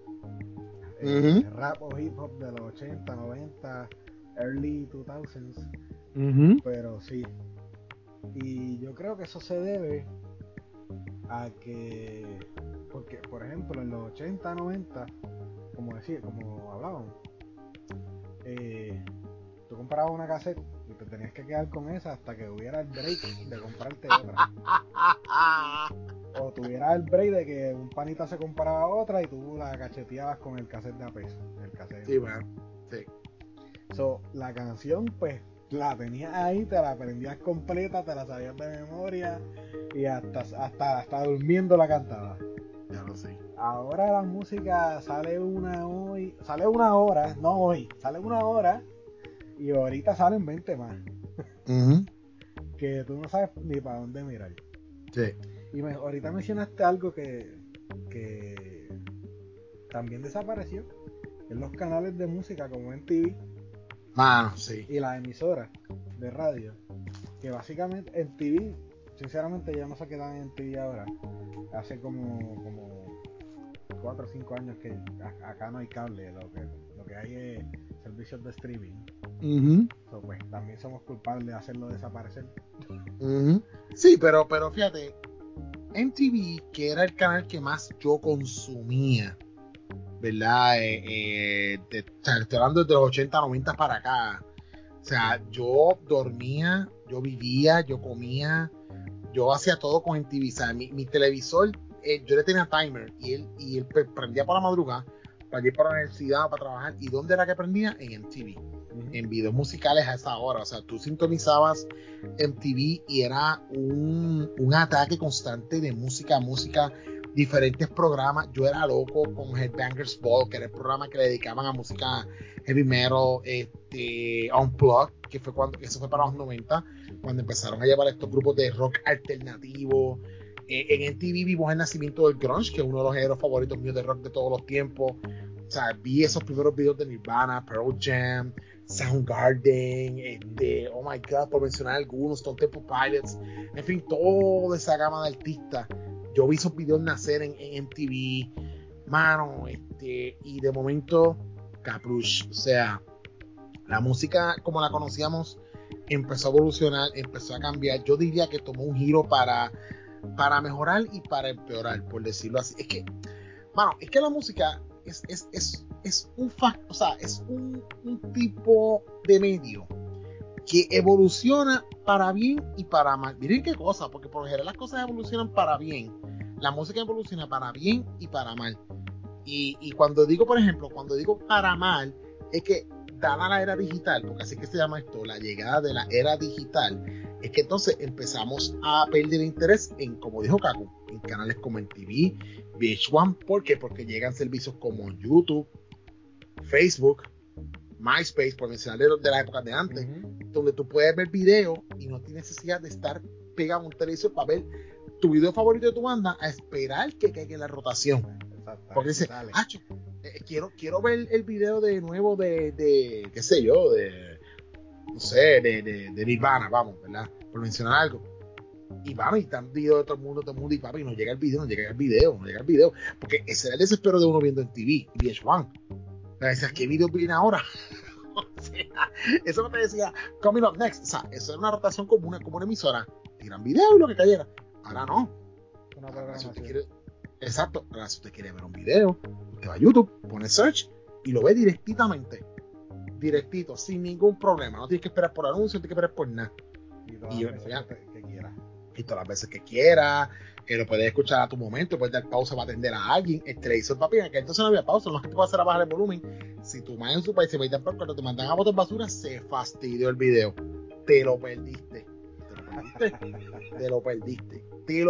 Rap o hip hop de los 80, 90, early 2000s. Pero sí. Y yo creo que eso se debe a que, porque por ejemplo en los 80, 90, como hablábamos, tú comprabas una cassette y te tenías que quedar con esa hasta que hubiera el break de comprarte otra. O tuviera el break de que un panita se compraba otra y tú la cacheteabas con el cassette de a peso. El cassette. Sí, bueno, sí. So, la canción, pues, la tenías ahí, te la aprendías completa, te la sabías de memoria y hasta durmiendo la cantabas. Ya lo sé. Ahora la música sale una hora, no hoy, sale una hora y ahorita salen 20 más. Que tú no sabes ni para dónde mirar. Sí. Y ahorita mencionaste algo que también desapareció en los canales de música como MTV. Sí. Y las emisoras de radio, que básicamente en TV, sinceramente ya no se quedan en TV ahora. Hace como 4 o 5 años que acá no hay cable, lo que hay es servicios de streaming. So, pues también somos culpables de hacerlo desaparecer. Sí, pero fíjate, MTV, que era el canal que más yo consumía, ¿verdad? Estoy hablando de los 80, 90 para acá. O sea, yo dormía, yo vivía, yo comía, yo hacía todo con MTV. O sea, mi televisor, yo le tenía timer y él prendía por la madrugada, para ir para la universidad o para trabajar. ¿Y dónde era que aprendía? En MTV. En videos musicales a esa hora. O sea, tú sintonizabas MTV y era un ataque constante de música a música, diferentes programas. Yo era loco con Headbangers Ball, que era el programa que le dedicaban a música heavy metal, Unplugged, que fue cuando, eso fue para los 90, cuando empezaron a llevar estos grupos de rock alternativo. En MTV vimos el nacimiento del grunge, que es uno de los géneros favoritos míos de rock de todos los tiempos. O sea, vi esos primeros videos de Nirvana, Pearl Jam, Soundgarden, oh my god, por mencionar algunos, Stone Temple Pilots, en fin, toda esa gama de artistas. Yo vi esos videos nacer en MTV, mano, y de momento, Caprush, o sea, la música como la conocíamos empezó a evolucionar, empezó a cambiar. Yo diría que tomó un giro para mejorar y para empeorar, por decirlo así. Es que la música es un facto, o sea, es un tipo de medio que evoluciona para bien y para mal. Miren qué cosa, porque por lo general las cosas evolucionan para bien. La música evoluciona para bien y para mal. Y cuando digo, por ejemplo, cuando digo para mal, es que dada la era digital, porque así que se llama esto, la llegada de la era digital, es que entonces empezamos a perder interés en, como dijo Kaku, en canales como MTV, VH1. ¿Por qué? Porque llegan servicios como YouTube, Facebook, MySpace, por mencionar de la época de antes, donde tú puedes ver videos y no tienes necesidad de estar pegado a un televisor para ver tu video favorito de tu banda a esperar que caiga en la rotación. Porque dice, quiero ver el video de nuevo de qué sé yo, no sé, de Nirvana, vamos, ¿verdad? Por mencionar algo. Y vamos, y están videos de todo el mundo, y papi, no llega el video. Porque ese era el desespero de uno viendo en TV, VH1. Decías, ¿qué video viene ahora? O sea, eso no te decía coming up next. O sea, eso era una rotación como una emisora. Tiran video y lo que cayera. Ahora no. Ahora, si usted quiere, exacto. Ahora, si usted quiere ver un video, usted va a YouTube, pone search y lo ve directito, sin ningún problema. No tienes que esperar por anuncios, no tienes que esperar por nada. Y todas las veces que quiera. Y todas las veces que quiera. Lo puedes escuchar a tu momento, puedes dar pausa para atender a alguien. El televisor, papi, que entonces no había pausa, lo que te puede hacer a bajar el volumen. Si tu madre en su país se mete por cuando te mandan a botar basura, se fastidió el video. Te lo perdiste. Te lo perdiste.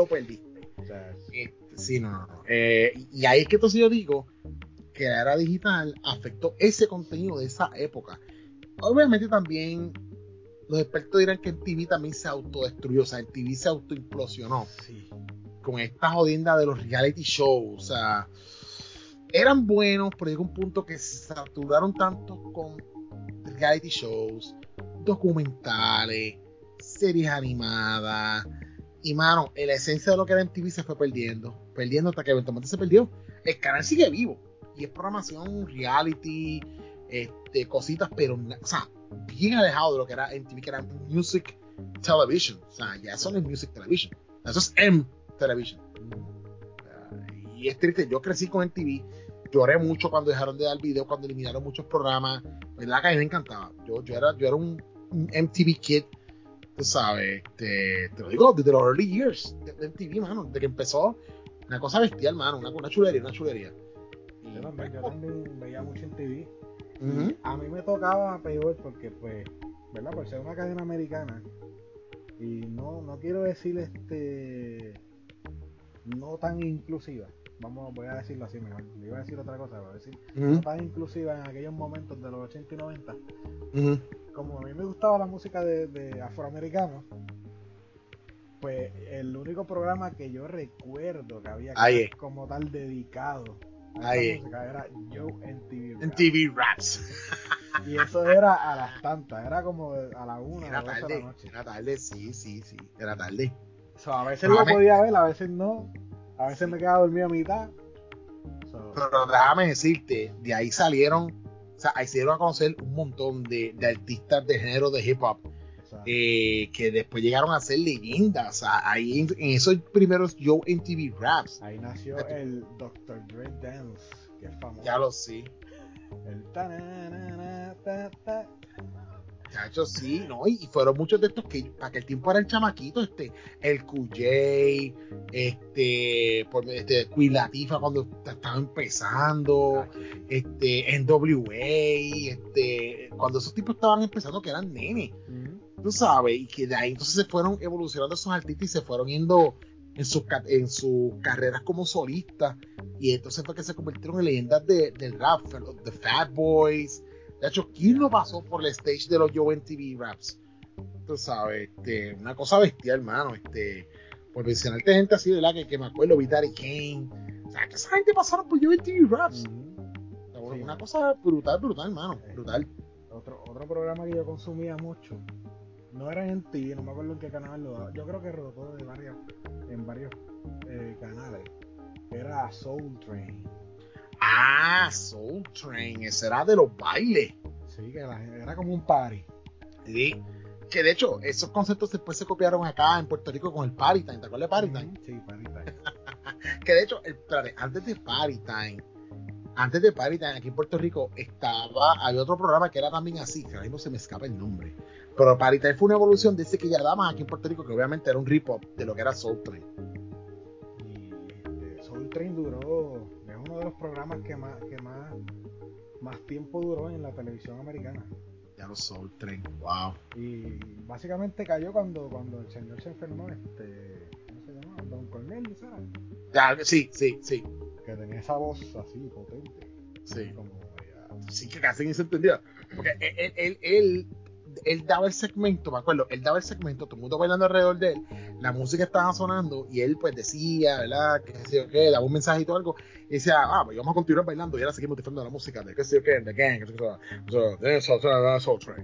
Sí, no. Y ahí es que entonces yo digo que la era digital afectó ese contenido de esa época. Obviamente también los expertos dirán que en TV también se autodestruyó, o sea, en TV se autoimplosionó. Sí. Con esta jodienda de los reality shows, o sea, eran buenos, pero llegó un punto que se saturaron tanto con reality shows, documentales, series animadas, y mano, la esencia de lo que era MTV se fue perdiendo hasta que eventualmente se perdió. El canal sigue vivo, y es programación, reality, cositas, pero, o sea, bien alejado de lo que era MTV, que era Music Television, o sea, ya eso no es Music Television, eso es Television. Y es triste, yo crecí con MTV, lloré mucho cuando dejaron de dar video, cuando eliminaron muchos programas, verdad que a mí me encantaba. Yo era un MTV kid, tú sabes, te lo digo, desde los early years de MTV, mano, desde que empezó, una cosa bestial, mano, una chulería. Yo también veía mucho MTV. Y a mí me tocaba peor porque, pues, ¿verdad? Por ser una cadena americana. Y no quiero decir no tan inclusiva. Voy a decirlo así mejor. Le iba a decir otra cosa, voy a decir no tan inclusiva en aquellos momentos de los 80 y 90. Como a mí me gustaba la música de afroamericanos, pues el único programa que yo recuerdo que había que era como tal dedicado a esa música era Joe MTV Raps. Y eso era a las tantas, era como a la 1 o 2 de la noche. Era tarde, sí, era tarde. A veces lo podía ver, a veces no. A veces me quedaba dormido a mitad. Pero déjame decirte, de ahí salieron, o sea, ahí se dieron a conocer un montón de artistas de género de hip hop. Que después llegaron a ser leyendas. O sea, ahí en esos primeros Joe MTV Raps. Ahí nació el Dr. Dre Dance, que es famoso. Ya lo sé. El ta-na-na-na-ta-ta. Muchachos, sí, ¿no? Y fueron muchos de estos que para aquel tiempo eran chamaquitos, el QJ, Queen Latifah cuando estaba empezando, NWA, cuando esos tipos estaban empezando que eran nenes, tú sabes, y que de ahí entonces se fueron evolucionando esos artistas y se fueron yendo en sus carreras como solistas, y entonces fue que se convirtieron en leyendas del rap, The Fat Boys. De hecho, ¿quién no pasó por el stage de los Yo MTV Raps? Tú sabes, una cosa bestial, hermano. Por mencionarte gente así, ¿verdad? Que me acuerdo, Daddy Kane. O sea, que esa gente pasaron por Yo MTV Raps. O sea, una cosa brutal, hermano. Brutal. Otro programa que yo consumía mucho. No era en TV, no me acuerdo en qué canal lo daba. Yo creo que rotó en varios canales. Era Soul Train. Ah, Soul Train, ese era de los bailes. Sí, que era como un party. Sí, que de hecho, esos conceptos después se copiaron acá en Puerto Rico con el Party Time. ¿Te acuerdas de Party Time? Sí, Party Time. Que de hecho, antes de Party Time, aquí en Puerto Rico había otro programa que era también así, que ahora mismo se me escapa el nombre. Pero Party Time fue una evolución de ese que ya daban aquí en Puerto Rico, que obviamente era un rip-off de lo que era Soul Train. Y Soul Train duró, es uno de los programas que más tiempo duró en la televisión americana. Ya los Soul Train, wow. Y básicamente cayó cuando el señor se enfermó, ¿cómo se llama? Don Cornelio, ¿sabes? Ya, sí. Que tenía esa voz así potente. Sí. Como sí, que casi ni se entendía. Porque él daba el segmento, me acuerdo, él daba el segmento, todo el mundo bailando alrededor de él, la música estaba sonando y él pues decía, ¿verdad? Que sé yo qué, daba un mensajito o algo, y decía, pues vamos a continuar bailando y ahora seguimos disfrutando de la música de qué sé yo qué, The Gang, Soul Train.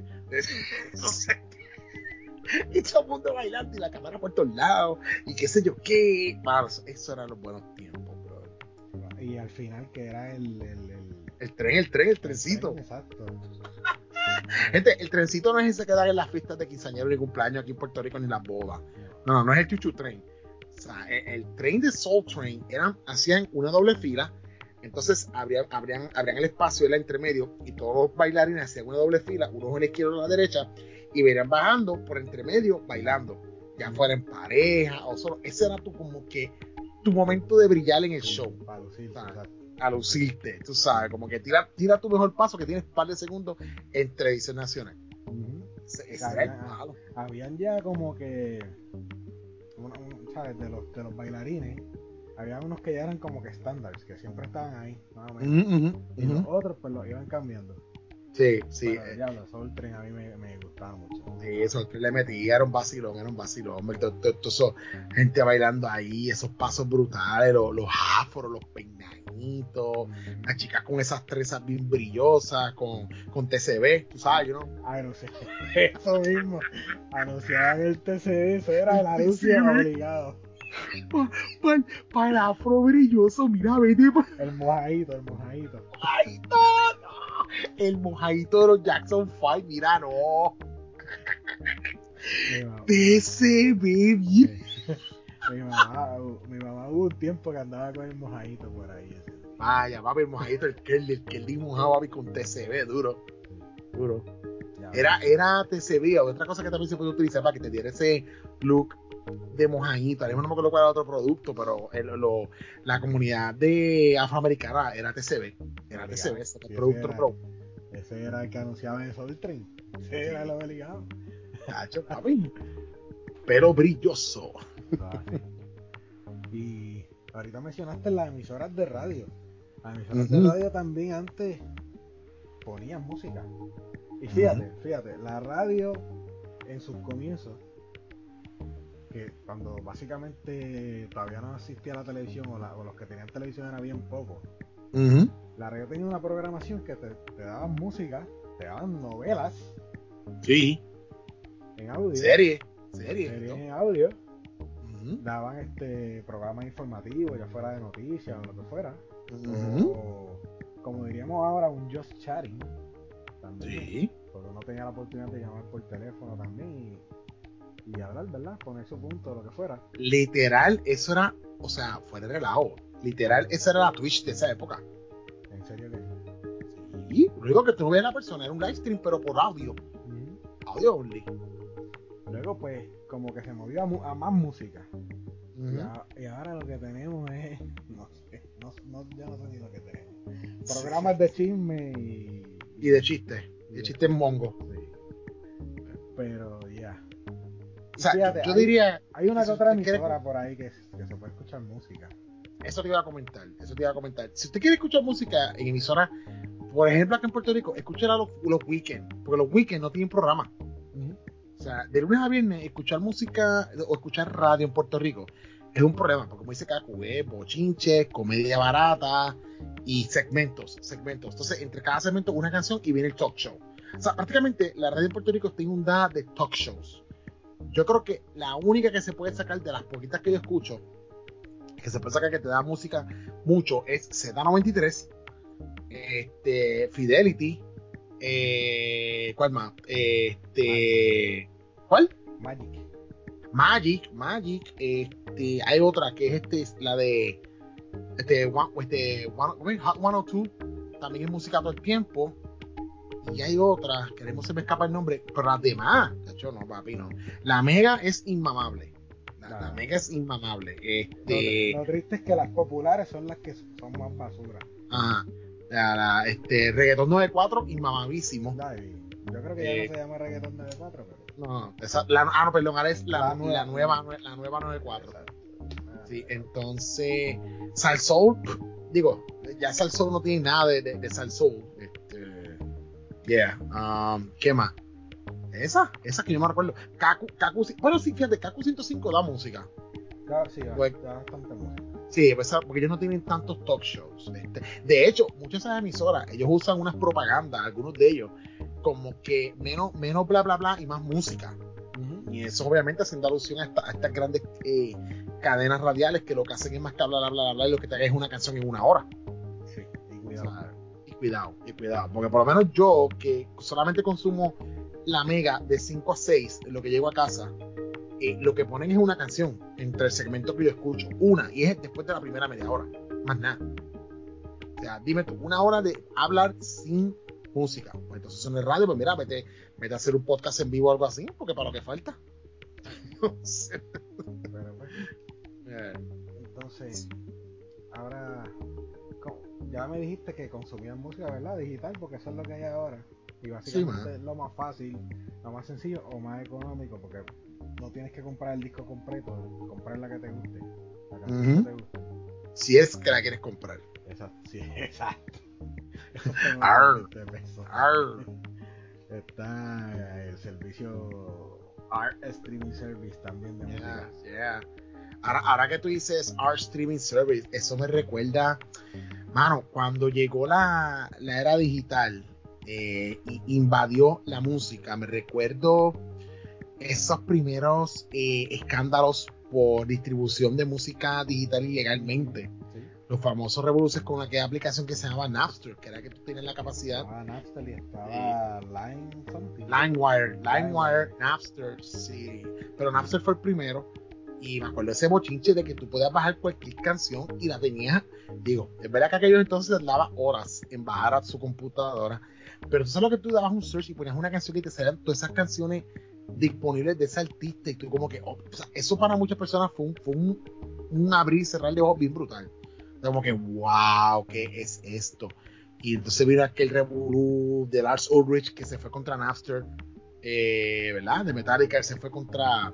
Y todo el mundo bailando y la cámara por todos lados y qué sé yo qué. Eso eran los buenos tiempos, bro. Y al final que era el trencito. Tren, exacto. Gente, el trencito no es ese que dan en las fiestas de quinceañero ni cumpleaños aquí en Puerto Rico ni las bodas. No es el chuchu tren. O sea, el tren de Soul Train hacían una doble fila, entonces abrían el espacio en el entremedio y todos los bailarines hacían una doble fila, unos a la izquierda y a la derecha, y venían bajando por entremedio bailando, ya fuera en pareja o solo. Ese era como que tu momento de brillar en el show. Para lucirte, a lucirte, tú sabes, como que tira tu mejor paso que tienes un par de segundos en televisión nacional. Ese era el palo. Habían ya como que ¿sabes? De los bailarines, había unos que ya eran como que estándares, que siempre estaban ahí, más o menos. Y los otros pues los iban cambiando. Sí. Pero diablo, Soul Train a mí me gustaba mucho. Sí, eso que le metí, era un vacilón, hombre. Todo gente bailando ahí, esos pasos brutales, los afros, los peinaditos, las chicas con esas trenzas bien brillosas, con TCB, tú sabes, ¿no? No sé, eso mismo. Anunciaban el TCB, eso era el anuncio obligado. Para el afro brilloso, mira, vete. El mojadito. El mojadito de los Jackson 5, mira, no. TCB, bien. Mi mamá hubo un tiempo que andaba con el mojadito por ahí. Vaya, papi, el mojadito, el que mojado, papi, con TCB, duro. Era TCB, otra cosa que también se puede utilizar para que te diera ese look de mojadito. Ahora mismo no me acuerdo cuál era otro producto, pero la comunidad de afroamericana era TCB. Era TCB, ese producto pro. Ese era el que anunciaba en Soul Train. Ese era el obligado. Cacho, papi. Pero brilloso. Y ahorita mencionaste las emisoras de radio. Las emisoras de radio también antes ponían música. Y fíjate, la radio en sus comienzos, que cuando básicamente todavía no existía la televisión o los que tenían televisión era bien poco, la radio tenía una programación que te daban música, te daban novelas. Sí. En audio. Series en audio. Daban programas informativos, ya fuera de noticias o lo que fuera. O como diríamos ahora, un Just Chatting también. Sí. Porque uno tenía la oportunidad de llamar por teléfono también y hablar, ¿verdad? Poner su punto, lo que fuera. Literal, eso era, o sea, fuera de relajo. Literal, esa era la Twitch de esa época. ¿En serio que sí? Lo único que tú no veías a la persona era un live stream, pero por audio. audio only. Luego, pues, como que se movió a más música. Uh-huh. Y ahora lo que tenemos es, no sé, ya no sé ni lo que tenemos. Programas de chisme y de chistes. De chistes mongo. Sí. Pero ya. O sea, fíjate, yo diría. Hay una que otra emisora quiere... por ahí que se puede escuchar música. Eso te iba a comentar. Si usted quiere escuchar música en emisora, por ejemplo, acá en Puerto Rico, escuchen a los weekends. Porque los weekends no tienen programa. Uh-huh. O sea, de lunes a viernes, escuchar música o escuchar radio en Puerto Rico es un problema, porque como dice Cacu, bochinches, comedia barata y segmentos. Entonces, entre cada segmento, una canción y viene el talk show. O sea, prácticamente la radio en Puerto Rico está inundada de talk shows. Yo creo que la única que se puede sacar de las poquitas que yo escucho, que se puede sacar que te da música mucho, es Z93, Fidelity, ¿cuál más? ¿Cuál? Magic, hay otra que es la de Hot 102, también es música todo el tiempo, y hay otra que no se me escapa el nombre, pero las demás, de hecho no, papi, no. La Mega es inmamable. La Mega es inmamable. Lo triste es que las populares son las que son más basura. Ajá. Reggaetón 94, inmamavísimo. Yo creo que ya no se llama Reggaetón 94, pero. No, no, perdón, ahora es la nueva 94. Exacto. Sí, entonces, Salsoul, digo, ya Salsoul no tiene nada de Salsoul. ¿Qué más? Esa que yo me recuerdo. Kaku, bueno, sí, fíjate, Kaku 105 da música. Claro, sí, da bastante música. Sí, porque ellos no tienen tantos talk shows. De hecho, muchas de esas emisoras, ellos usan unas propagandas, algunos de ellos, como que menos bla bla bla y más música. Uh-huh. Y eso obviamente haciendo alusión a estas grandes cadenas radiales que lo que hacen es más que bla bla bla bla y lo que te haga es una canción en 1 hora. Sí, y cuidado. O sea, y cuidado. Porque por lo menos yo, que solamente consumo la Mega de 5 a 6, en lo que llego a casa, lo que ponen es una canción entre el segmento que yo escucho, y es después de la primera media hora, más nada. O sea, dime tú, 1 hora de hablar sin música. Pues entonces en el radio, pues mira, vete a hacer un podcast en vivo o algo así, porque para lo que falta. No sé. Pero pues, entonces, ahora ya me dijiste que consumías música, ¿verdad? Digital, porque eso es lo que hay ahora. Y básicamente es lo más fácil, lo más sencillo o más económico, porque no tienes que comprar el disco completo, comprar la que te guste, la canción que te guste. Si es que la quieres comprar. Exacto, sí, exacto. Está el servicio Art Streaming Service también de música. Yeah. Ahora que tú dices Art Streaming Service, eso me recuerda, mano, cuando llegó la era digital y invadió la música. Me recuerdo esos primeros escándalos por distribución de música digital ilegalmente. Sí. Los famosos revoluciones con aquella aplicación que se llamaba Napster, que era que tú tenías la capacidad. Estaba Napster y estaba LimeWire, Napster, sí. Pero Napster fue el primero. Y me acuerdo ese bochinche de que tú podías bajar cualquier canción y la tenías. Digo, es verdad que aquellos entonces daba horas en bajar a su computadora. Pero tú sabes lo que tú dabas un search y ponías una canción y te salían todas esas canciones disponibles de ese artista. Y tú, como que, o sea, eso para muchas personas fue un abrir y cerrar de ojos bien brutal. Como que, wow, ¿qué es esto? Y entonces vino aquel revolú de Lars Ulrich que se fue contra Napster, ¿verdad? De Metallica, se fue contra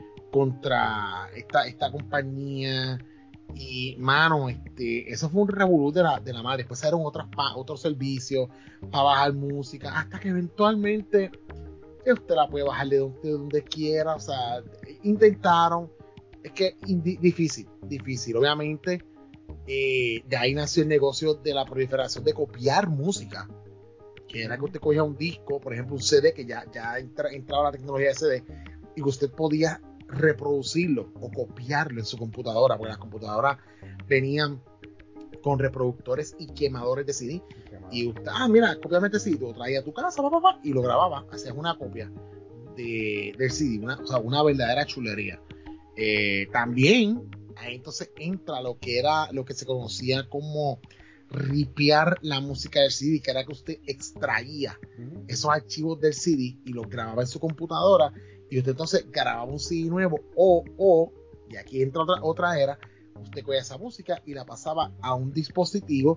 esta compañía. Y, mano, eso fue un revolú de la madre. Después eran otros servicios para bajar música, hasta que eventualmente usted la puede bajar de donde quiera. O sea, intentaron. Es que difícil. Obviamente, de ahí nació el negocio de la proliferación de copiar música. Que era que usted cogía un disco, por ejemplo, un CD, que ya entraba la tecnología de CD, y que usted podía reproducirlo o copiarlo en su computadora, porque las computadoras venían con reproductores y quemadores de CD. Y usted, mira, cópiame este CD, lo traía a tu casa, y lo grababa, hacías una copia del CD, una verdadera chulería. También ahí entonces entra lo que se conocía como ripear la música del CD, que era que usted extraía esos archivos del CD y los grababa en su computadora, y usted entonces grababa un CD nuevo, y aquí entra otra era, usted cogía esa música y la pasaba a un dispositivo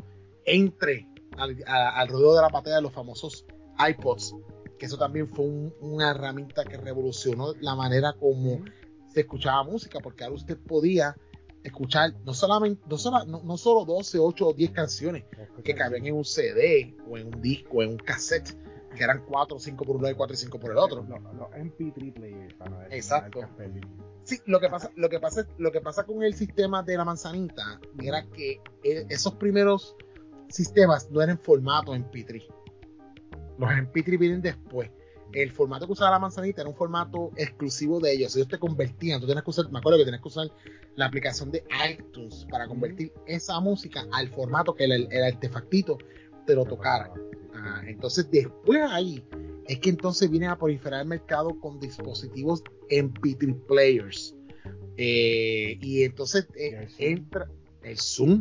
al ruedo de la pantalla de los famosos iPods, que eso también fue una herramienta que revolucionó la manera como se escuchaba música, porque ahora usted podía escuchar no solo 12, 8 o 10 canciones que cabían en un CD o en un disco, en un cassette, que eran 4 o 5 por un lado y 4 y 5 por el otro. Los MP3 players, para ver. Exacto. Sí, lo que pasa con el sistema de la manzanita era que esos primeros sistemas no eran formato MP3. Los MP3 vienen después. El formato que usaba la manzanita era un formato exclusivo de ellos. Ellos te convertían, me acuerdo que tenías que usar la aplicación de iTunes para convertir esa música al formato que el artefactito te lo tocara. Entonces después ahí es que entonces vienen a proliferar el mercado con dispositivos MP3 players. Y entonces entra el Zoom,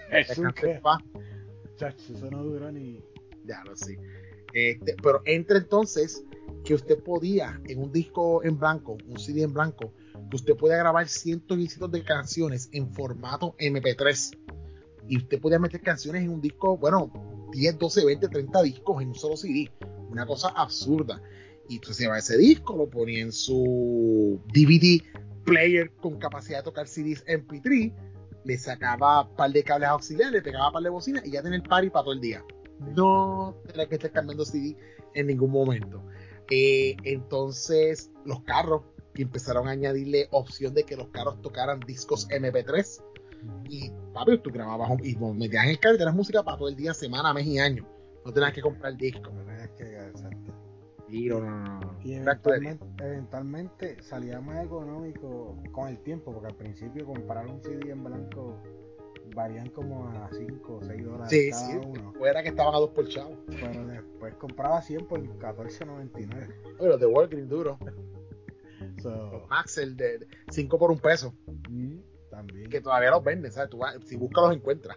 eso no dura ni... Ya lo sé. Pero entra entonces que usted podía en un disco en blanco, un CD en blanco, que usted podía grabar cientos y cientos de canciones en formato MP3, y usted podía meter canciones en un disco, 10, 12, 20, 30 discos en un solo CD, una cosa absurda. Y entonces se llevaba ese disco, lo ponía en su DVD player con capacidad de tocar CDs MP3, le sacaba un par de cables auxiliares, le pegaba un par de bocinas y ya tenía el party para todo el día. No tenía que estar cambiando CD en ningún momento. Entonces los carros empezaron a añadirle opción de que los carros tocaran discos MP3, y papi, tú grababas y metías en el carro y tenías música para todo el día, semana, mes y año. No tenías que comprar disco. No tenías que, exacto. Y no. Y eventualmente salía más económico con el tiempo, porque al principio comprar un CD en blanco varían como a 5 o 6 dólares cada uno. Fuera que estaban a 2 por chavo. Pero después compraba 100 por $14.99. Oye, los de Walgreens duro. Los Maxell de 5 por $1. También. Que todavía los venden, ¿sabes? Si buscas los encuentras.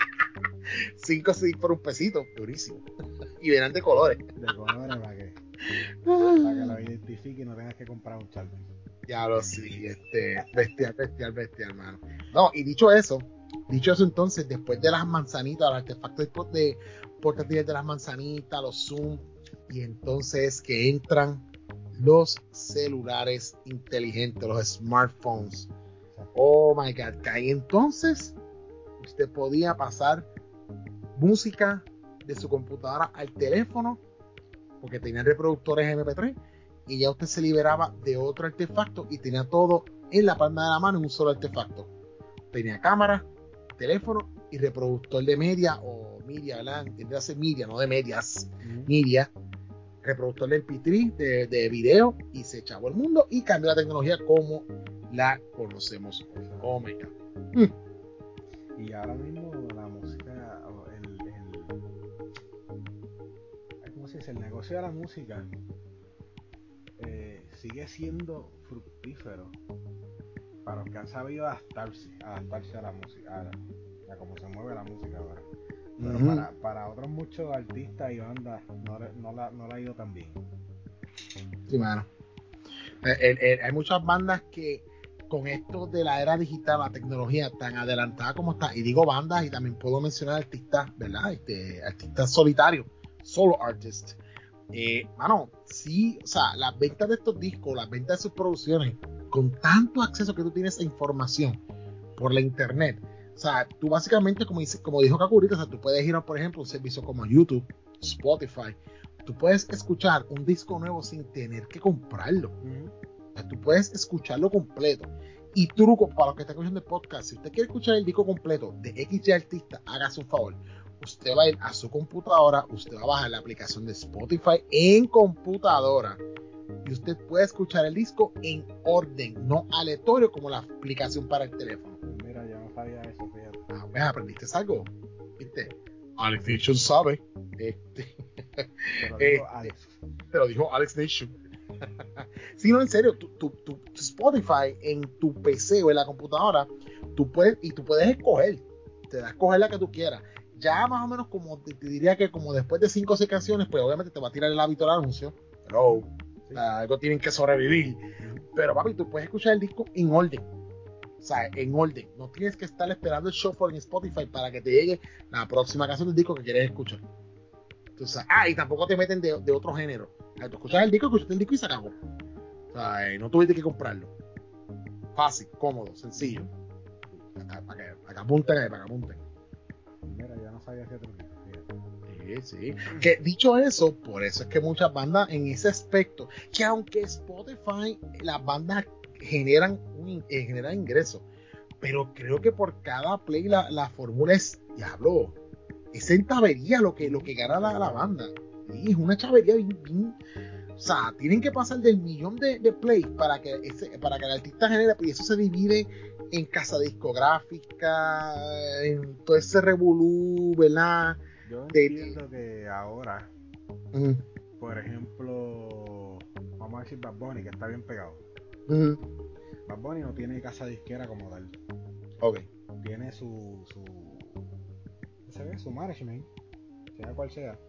5 por $1, durísimo. Y vienen de colores. De colores para que lo identifique y no tengas que comprar un Charlie. Ya lo sí, bestial, mano. No, y dicho eso entonces, después de las manzanitas, los artefactos de portátiles de las manzanitas, los Zoom, y entonces que entran los celulares inteligentes, los smartphones. Oh my God, que ahí entonces usted podía pasar música de su computadora al teléfono, porque tenía reproductores MP3, y ya usted se liberaba de otro artefacto y tenía todo en la palma de la mano en un solo artefacto. Tenía cámara, teléfono y reproductor de media o media, ¿verdad? Tendría que ser media, no de medias, media, reproductor de MP3 de video, y se echaba el mundo y cambió la tecnología como la conocemos. Oh my God. Y ahora mismo la música, ¿cómo se dice? El negocio de la música sigue siendo fructífero para los que han sabido adaptarse a la música, a cómo se mueve la música ahora. Pero para otros muchos artistas y bandas no la ha ido tan bien. Sí, mano. Hay muchas bandas que con esto de la era digital, la tecnología tan adelantada como está, y digo bandas y también puedo mencionar artistas, ¿verdad? Artistas solitarios, solo artists. Mano, sí, o sea, las ventas de estos discos, las ventas de sus producciones, con tanto acceso que tú tienes a información por la internet, o sea, tú básicamente, como dijo Kakurita, o sea, tú puedes ir a, por ejemplo, un servicio como YouTube, Spotify, tú puedes escuchar un disco nuevo sin tener que comprarlo. O sea, tú puedes escucharlo completo. Y truco para los que están escuchando el podcast: si usted quiere escuchar el disco completo de XY artista, hágase un favor. Usted va a ir a su computadora, usted va a bajar la aplicación de Spotify en computadora, y usted puede escuchar el disco en orden, no aleatorio como la aplicación para el teléfono. Mira, yo no sabía eso, fíjate. ¿Ves? ¿Aprendiste algo? ¿Viste? Alex Nation sabe. Te lo dijo Alex Nation. Sí, no, en serio, tu Spotify en tu PC o en la computadora, tú puedes escoger, te da a escoger la que tú quieras. Ya más o menos como te diría que como después de 5 o 6 canciones, pues obviamente te va a tirar el hábito del anuncio. Pero Sí. algo tienen que sobrevivir. Pero papi, tú puedes escuchar el disco en orden. O sea, en orden. No tienes que estar esperando el shuffle en Spotify para que te llegue la próxima canción del disco que quieres escuchar. Entonces, y tampoco te meten de otro género. O sea, tú escuchas el disco y se acabó. O sea, no tuviste que comprarlo. Fácil, cómodo, sencillo. Para que apunten ahí, para que apunten. Mira, ya no sabía hacer otro tipo, fíjate. Sí. Que dicho eso, por eso es que muchas bandas en ese aspecto, que aunque Spotify, las bandas generan ingresos, pero creo que por cada play la fórmula es, diablo, es centavería lo que gana la banda. Sí, es una chavería bien. O sea, tienen que pasar del millón de plays para que el artista genere, y eso se divide en casa discográfica, en todo ese revolú, ¿verdad? Yo entiendo que ahora, por ejemplo, vamos a decir Bad Bunny, que está bien pegado. Bad Bunny no tiene casa disquera como tal. Ok. Tiene su management, sea cual sea.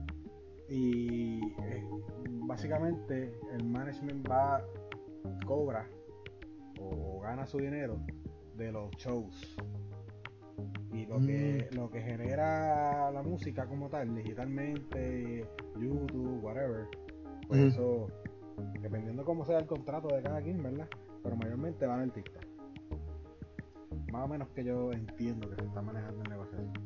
Y básicamente el management cobra o gana su dinero de los shows. Y lo que genera la música como tal, digitalmente, YouTube, whatever, pues eso, dependiendo cómo sea el contrato de cada quien, ¿verdad? Pero mayormente van al artista. Más o menos que yo entiendo que se está manejando el negocio así.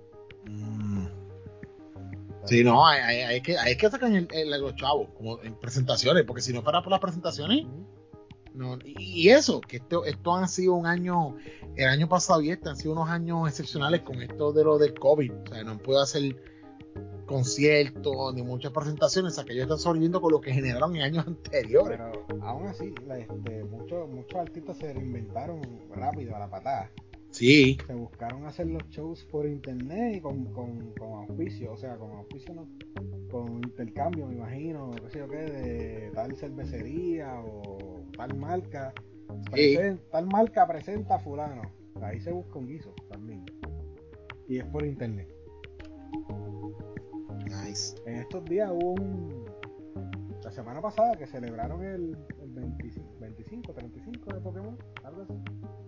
Sí, no, hay que sacar los chavos, como en presentaciones, porque si no fuera por las presentaciones, no, y eso, que esto han sido un año, el año pasado y han sido unos años excepcionales con esto de lo del COVID. O sea, no puedo hacer conciertos ni muchas presentaciones, o sea, que ellos están sobreviviendo con lo que generaron en años anteriores. Pero aún así, muchos artistas se reinventaron rápido a la patada. Sí. Se buscaron hacer los shows por internet y con auspicio, o sea, con auspicio no, con intercambio, me imagino, qué sé yo qué, de tal cervecería o tal marca. Sí. Tal marca presenta a fulano. Ahí se busca un guiso también. Y es por internet. Nice. En estos días la semana pasada que celebraron el 35 de Pokémon, algo así.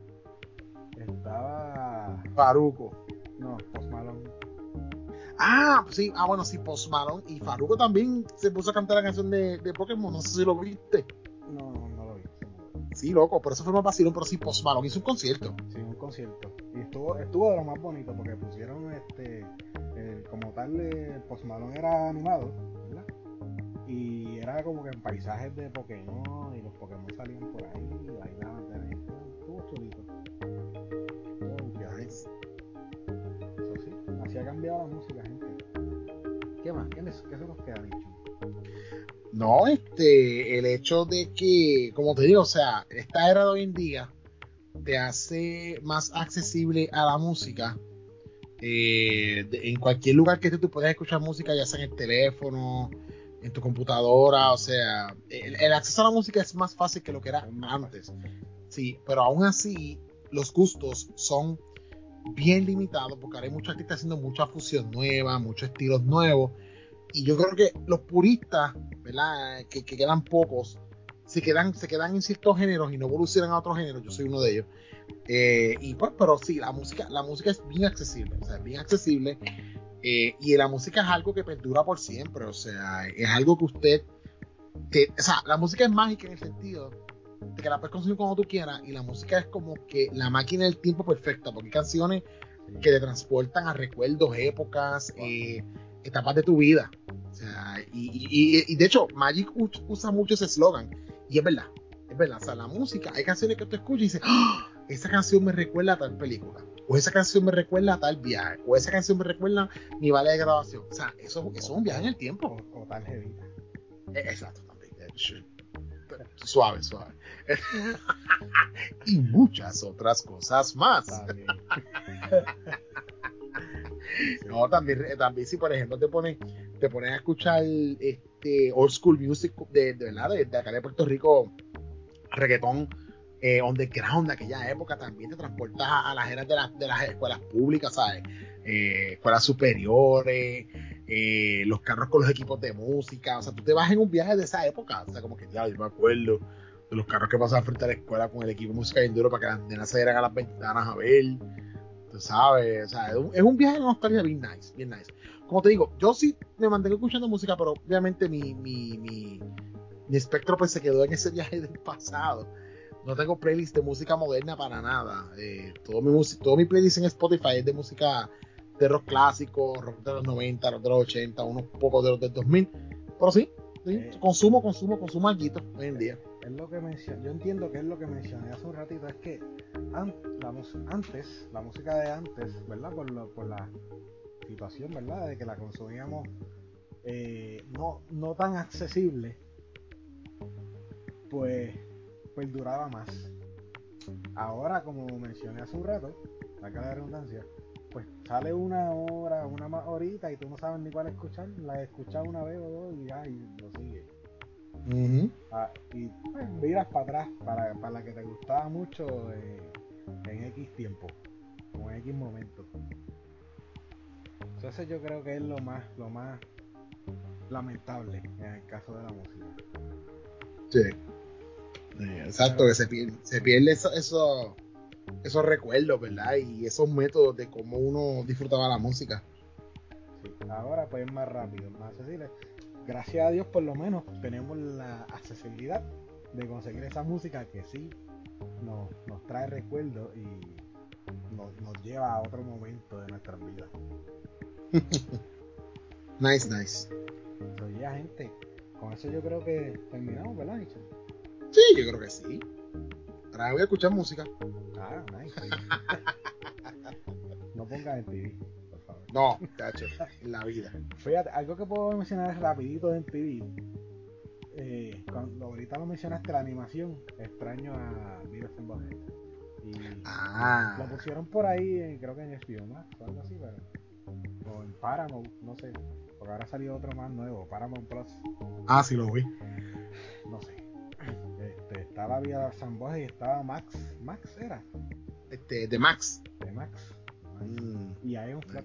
Estaba. Farruko. No, Post Malone. Sí, bueno, sí, Post Malone y Farruko también se puso a cantar la canción de Pokémon, no sé si lo viste. No lo vi. Sí, loco, por eso fue más vacilón, pero sí, Post Malone hizo un concierto. Sí, un concierto. Y estuvo de lo más bonito porque pusieron como tal, Post Malone era animado, ¿verdad? Y era como que en paisajes de Pokémon y los Pokémon salían por ahí y bailaban. Estuvo chulito. Estuvo bufiado. Nice. Eso sí, así ha cambiado la música, gente. ¿Qué más? ¿Qué se nos queda, Nicho? No, el hecho de que, como te digo, o sea, esta era de hoy en día te hace más accesible a la música. En cualquier lugar que estés, tú puedes escuchar música, ya sea en el teléfono, en tu computadora, o sea, el acceso a la música es más fácil que lo que era antes. Fácil. Sí, pero aún así, los gustos son bien limitados porque ahora hay muchos artistas haciendo mucha fusión nueva, muchos estilos nuevos. Y yo creo que los puristas, ¿verdad? Que quedan pocos, se quedan en ciertos géneros y no evolucionan a otros géneros. Yo soy uno de ellos. Y pues, pero sí, la música es bien accesible, o sea, es bien accesible. Y la música es algo que perdura por siempre, o sea, es algo que o sea, la música es mágica en el sentido de que la puedes consumir cuando tú quieras, y la música es como que la máquina del tiempo perfecta, porque hay canciones que te transportan a recuerdos, épocas, etapas de tu vida. O sea, y de hecho, Magic usa mucho ese eslogan, y es verdad, o sea, la música, hay canciones que tú escuchas y dices, ¡oh! Esa canción me recuerda a tal película, o esa canción me recuerda a tal viaje, o esa canción me recuerda a mi vale de grabación. O sea, eso es un viaje en el tiempo. O tal jevita. Exacto, también. Suave. Y muchas otras cosas más. También. Sí. No, también si por ejemplo te pones a escuchar old school music de verdad, de acá de Puerto Rico, reggaetón, underground de aquella época, también te transportas a las eras de las escuelas públicas, ¿sabes? escuelas superiores, los carros con los equipos de música. O sea, tú te vas en un viaje de esa época. O sea, como que ya, yo me acuerdo de los carros que pasaban frente a la escuela con el equipo de música bien duro para que las nenas se dieran a las ventanas a ver. Tú sabes, o sea, es un viaje de nostalgia bien nice, bien nice. Como te digo, yo sí me mantengo escuchando música, pero obviamente mi espectro pues se quedó en ese viaje del pasado. No tengo playlist de música moderna para nada. Todo mi playlist en Spotify es de música de rock clásico, rock de los 90, rock de los 80, unos pocos de los del 2000. Pero sí, consumo alguito hoy en día. Es lo que mencioné, yo entiendo que es lo que mencioné hace un ratito, es que antes, la música de antes, ¿verdad? Por la situación, ¿verdad? De que la consumíamos no tan accesible, pues duraba más. Ahora, como mencioné hace un rato, acá la redundancia, pues sale una hora, una más horita y tú no sabes ni cuál escuchar, la escuchas una vez o dos y ya, y lo sigue. Y pues, miras para atrás, para la que te gustaba mucho en X tiempo, o en X momento. Entonces yo creo que es lo más lamentable en el caso de la música. Sí. Exacto, que se pierde esos recuerdos, ¿verdad? Y esos métodos de cómo uno disfrutaba la música. Sí, ahora pues es más rápido, más accesible. Gracias a Dios por lo menos tenemos la accesibilidad de conseguir esa música que sí nos trae recuerdos y nos lleva a otro momento de nuestras vidas. Nice. Oye, gente, con eso yo creo que terminamos, ¿verdad, Michel? Sí, yo creo que sí. Ahora voy a escuchar música. Ah, nice. No pongas el TV, por favor. No, tacho, en la vida. Fíjate, algo que puedo mencionar rapidito en TV. Cuando ahorita lo mencionaste, la animación, extraño a Beavis and Butthead. Y lo pusieron por ahí, creo que en HBO Max o algo así, pero o en Paramount, no sé, porque ahora salió otro más nuevo, Paramount Plus. Sí lo vi. No sé. Estaba Beavis and Butthead y estaba Max era. De Max. De Max. Y Iron Flux.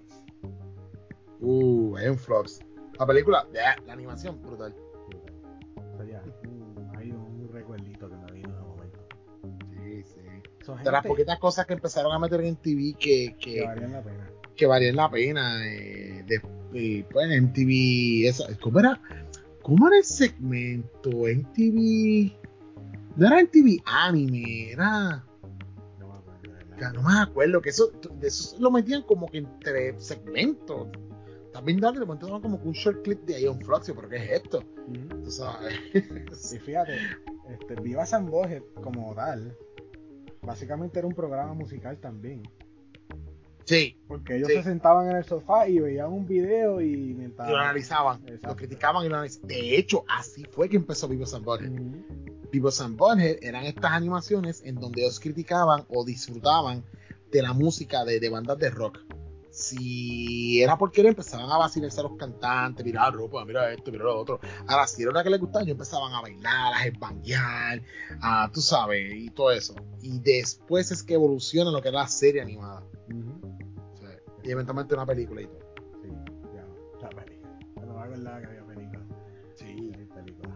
Iron Flux. La película, la animación, brutal. O sea, ya, hay un recuerdito que me vino de momento. Sí. De las poquitas cosas que empezaron a meter en TV que valían la pena. Que valían la pena. Pues en TV, ¿cómo era el segmento? En TV. No era en TV anime, era. No me acuerdo, ¿verdad? No me acuerdo, que de eso lo metían como que entre segmentos. También de momento daban como que un short clip de Ion Flux, pero ¿qué es esto? Tú sabes. Y fíjate, Beavis and Butthead como tal, básicamente era un programa musical también. Sí. Porque ellos se sentaban en el sofá y veían un video y mientras... Y lo analizaban, Exacto. lo criticaban y lo analizaban. De hecho, así fue que empezó Beavis and Butthead. Beavis and Butthead eran estas animaciones en donde ellos criticaban o disfrutaban de la música de bandas de rock. Si era porque empezaban a vacilarse a los cantantes, mira ropa, mira esto, mira lo otro. Ahora, si era una que les gustaba, ellos empezaban a bailar, a headbanguear, tú sabes, y todo eso. Y después es que evoluciona lo que era la serie animada. O sea, y eventualmente una película y todo. Sí, ya, la película. No me acordaba que había película. Sí. Hay película.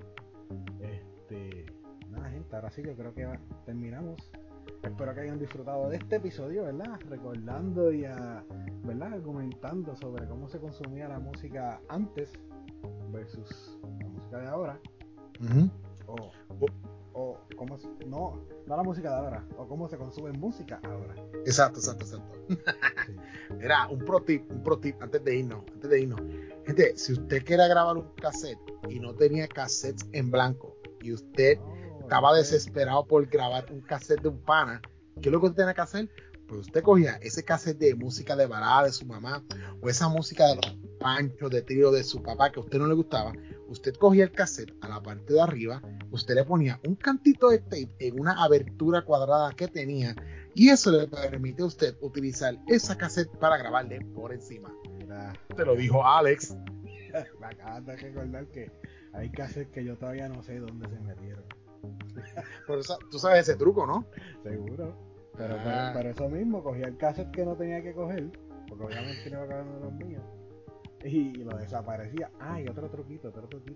Nada, gente, ahora sí yo creo que terminamos. Espero que hayan disfrutado de este episodio, ¿verdad? Recordando y ¿verdad? Argumentando sobre cómo se consumía la música antes versus la música de ahora. O cómo no la música de ahora, o cómo se consume música ahora. Exacto. Sí. Era un pro tip antes de irnos. Gente, si usted quiere grabar un cassette y no tenía cassettes en blanco y usted estaba desesperado por grabar un cassette de un pana, ¿qué es lo que usted tenía que hacer? Pues usted cogía ese cassette de música de balada de su mamá o esa música de los panchos de trío de su papá que a usted no le gustaba. Usted cogía el cassette a la parte de arriba, usted le ponía un cantito de tape en una abertura cuadrada que tenía y eso le permite a usted utilizar esa cassette para grabarle por encima. Mira, te lo dijo Alex. Me acabas de recordar que hay cassettes que yo todavía no sé dónde se metieron. Pero tú sabes ese truco, ¿no? Seguro. Pero eso mismo, cogía el cassette que no tenía que coger, porque obviamente no iba a caber uno de los míos. Y lo desaparecía. Ah, y otro truquito.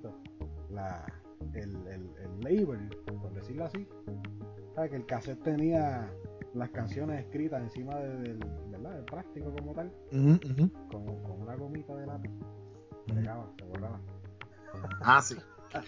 El label, por decirlo así. ¿Sabes? Que el cassette tenía las canciones escritas encima ¿verdad? Del plástico como tal. Con una gomita de lápiz. Se borraba. Ah, sí.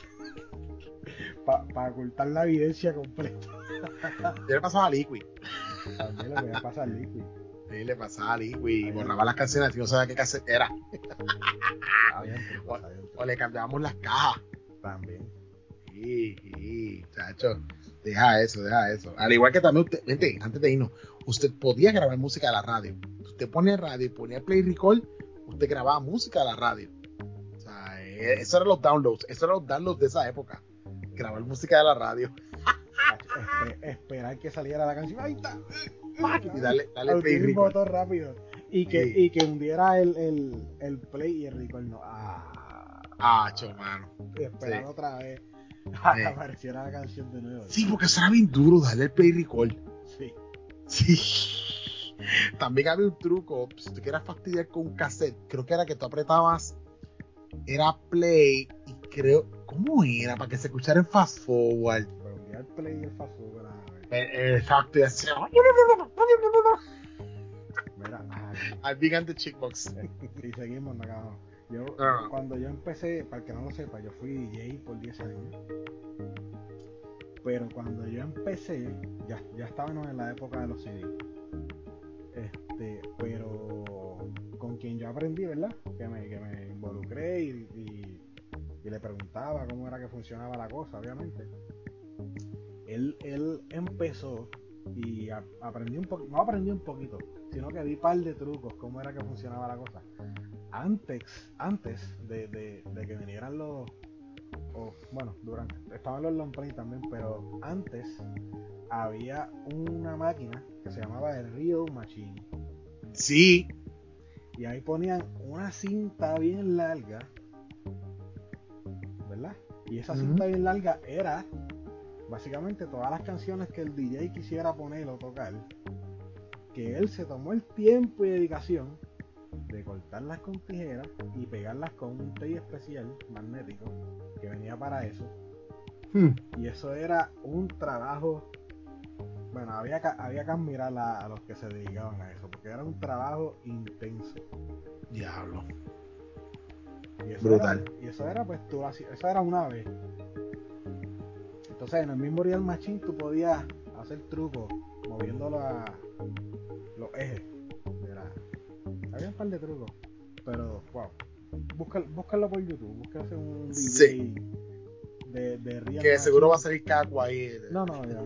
Para ocultar la evidencia completa. Yo le pasaba a Liquid. También le voy a pasar Liquid. Sí, le pasaba a Liquid y Ahí borraba las canciones y no sabía qué cassette era. habían trucos. O le cambiábamos las cajas. También. Sí, chacho. Deja eso. Al igual que también usted, vente, antes de irnos, usted podía grabar música de la radio. Usted ponía radio y ponía play record, usted grababa música de la radio. O sea, eso eran los downloads. Eso eran los downloads de esa época. Grabar música de la radio. Esperar que saliera la canción. Ahí está. Y darle play Un record. botón rápido. Y que hundiera el play y el record no. Mano. Y esperar otra vez a que apareciera la canción de nuevo. Sí, porque eso era bien duro, darle el play record. Sí. También había un truco, si tú quieras fastidiar con un cassette, creo que era que tú apretabas, era play y ¿cómo era? Para que se escuchara en fast forward. Pero un día el play y el fast forward. Exacto, y hacía Mira, al Big and the Chickbox. y seguimos, no acabamos. Cuando yo empecé, para el que no lo sepa, yo fui DJ por 10 años. Pero cuando yo empecé, ya estábamos en la época de los CD. Pero con quien yo aprendí, ¿verdad? Que me involucré y le preguntaba cómo era que funcionaba la cosa, obviamente. Él empezó y aprendí un poquito, no aprendí un poquito, sino que vi un par de trucos, cómo era que funcionaba la cosa. Antes de que vinieran estaban los long play también, pero antes había una máquina que se llamaba el Real Machine. Sí. Y ahí ponían una cinta bien larga, ¿verdad? Y esa cinta bien larga era básicamente todas las canciones que el DJ quisiera poner o tocar, que él se tomó el tiempo y dedicación de cortarlas con tijeras y pegarlas con un tape especial magnético que venía para eso. Y eso era un trabajo. Bueno, había que admirar a los que se dedicaban a eso, porque era un trabajo intenso. Diablo. Y Brutal. Eso era pues eso era una vez. Entonces en el mismo Real Machine tú podías hacer trucos moviendo los ejes. Había un par de trucos, pero wow. Búscalo por YouTube, búscalo un DJ de Real que Machine. seguro va a salir caco ahí. No,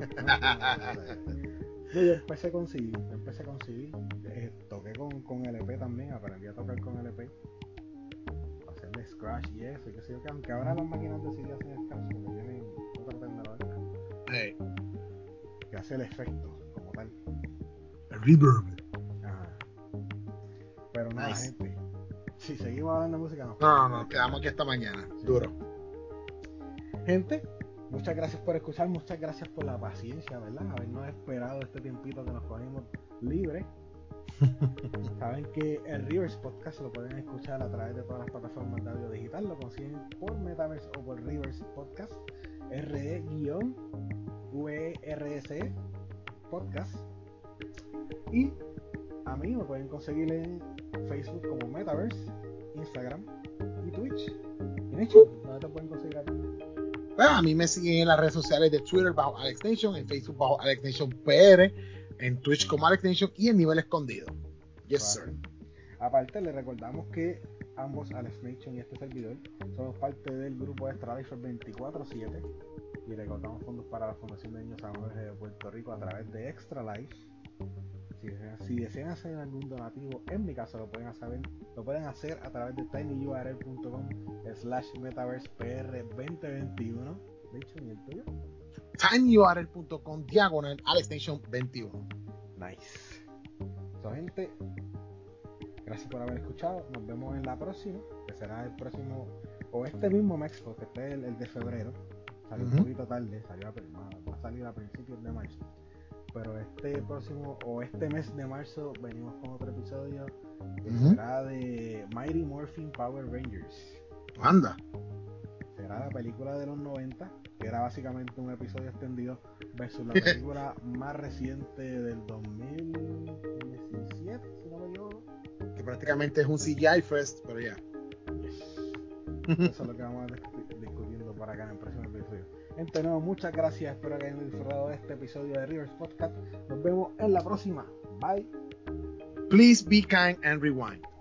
yo empecé con CD, toqué con LP también, aprendí a tocar con LP, hacerle scratch y eso, y qué sé yo, que aunque ahora las máquinas de CD hacen scratch, porque tienen otra tecnología que hace el efecto como tal. El reverb. Ajá. Pero nada, gente, si seguimos hablando de música nos quedamos aquí hasta mañana. Sí. Duro. Gente, muchas gracias por escuchar, muchas gracias por la paciencia, ¿verdad? Habernos esperado este tiempito que nos cogimos libre. Saben que el Rivers Podcast lo pueden escuchar a través de todas las plataformas de audio digital. Lo consiguen por Metaverse o por Rivers Podcast. RE-VRS Podcast. Y a mí me pueden conseguir en Facebook como Metaverse, Instagram y Twitch. ¿Y Nation? ¿Dónde te pueden conseguir a ti? Bueno, a mí me siguen en las redes sociales de Twitter bajo Alex Nation, en Facebook bajo Alex Nation PR, en Twitch como Alex Nation y en Nivel Escondido. Yes, sir. Aparte, les recordamos que ambos, Alex Nation y este servidor, somos parte del grupo Extra Life 24/7 y recordamos fondos para la Fundación de Niños Salvadores de Puerto Rico a través de Extra Life. Si desean hacer algún donativo, en mi caso lo pueden hacer a través de tinyurl.com/metaversepr2021. De hecho, ¿y el tuyo? tinyurl.com/AlexNation21. Nice. Gente, gracias por haber escuchado. Nos vemos en la próxima, que será el próximo o este mismo Mexpo, que este es el de febrero. Salió un poquito tarde, va a salir a principios de marzo. pero este próximo o este mes de marzo venimos con otro episodio que Ujú. será de Mighty Morphin Power Rangers. Anda. Será la película de los 90, que era básicamente un episodio extendido, versus la película más reciente del 2017, si no me equivoco. Que prácticamente es un CGI Fest, pero ya. Eso es lo que vamos a discutiendo para acá en el próximo episodio. Gente, no, muchas gracias, espero que hayan disfrutado de este episodio de Rivers Podcast. Nos vemos en la próxima. Bye. Please be kind and rewind.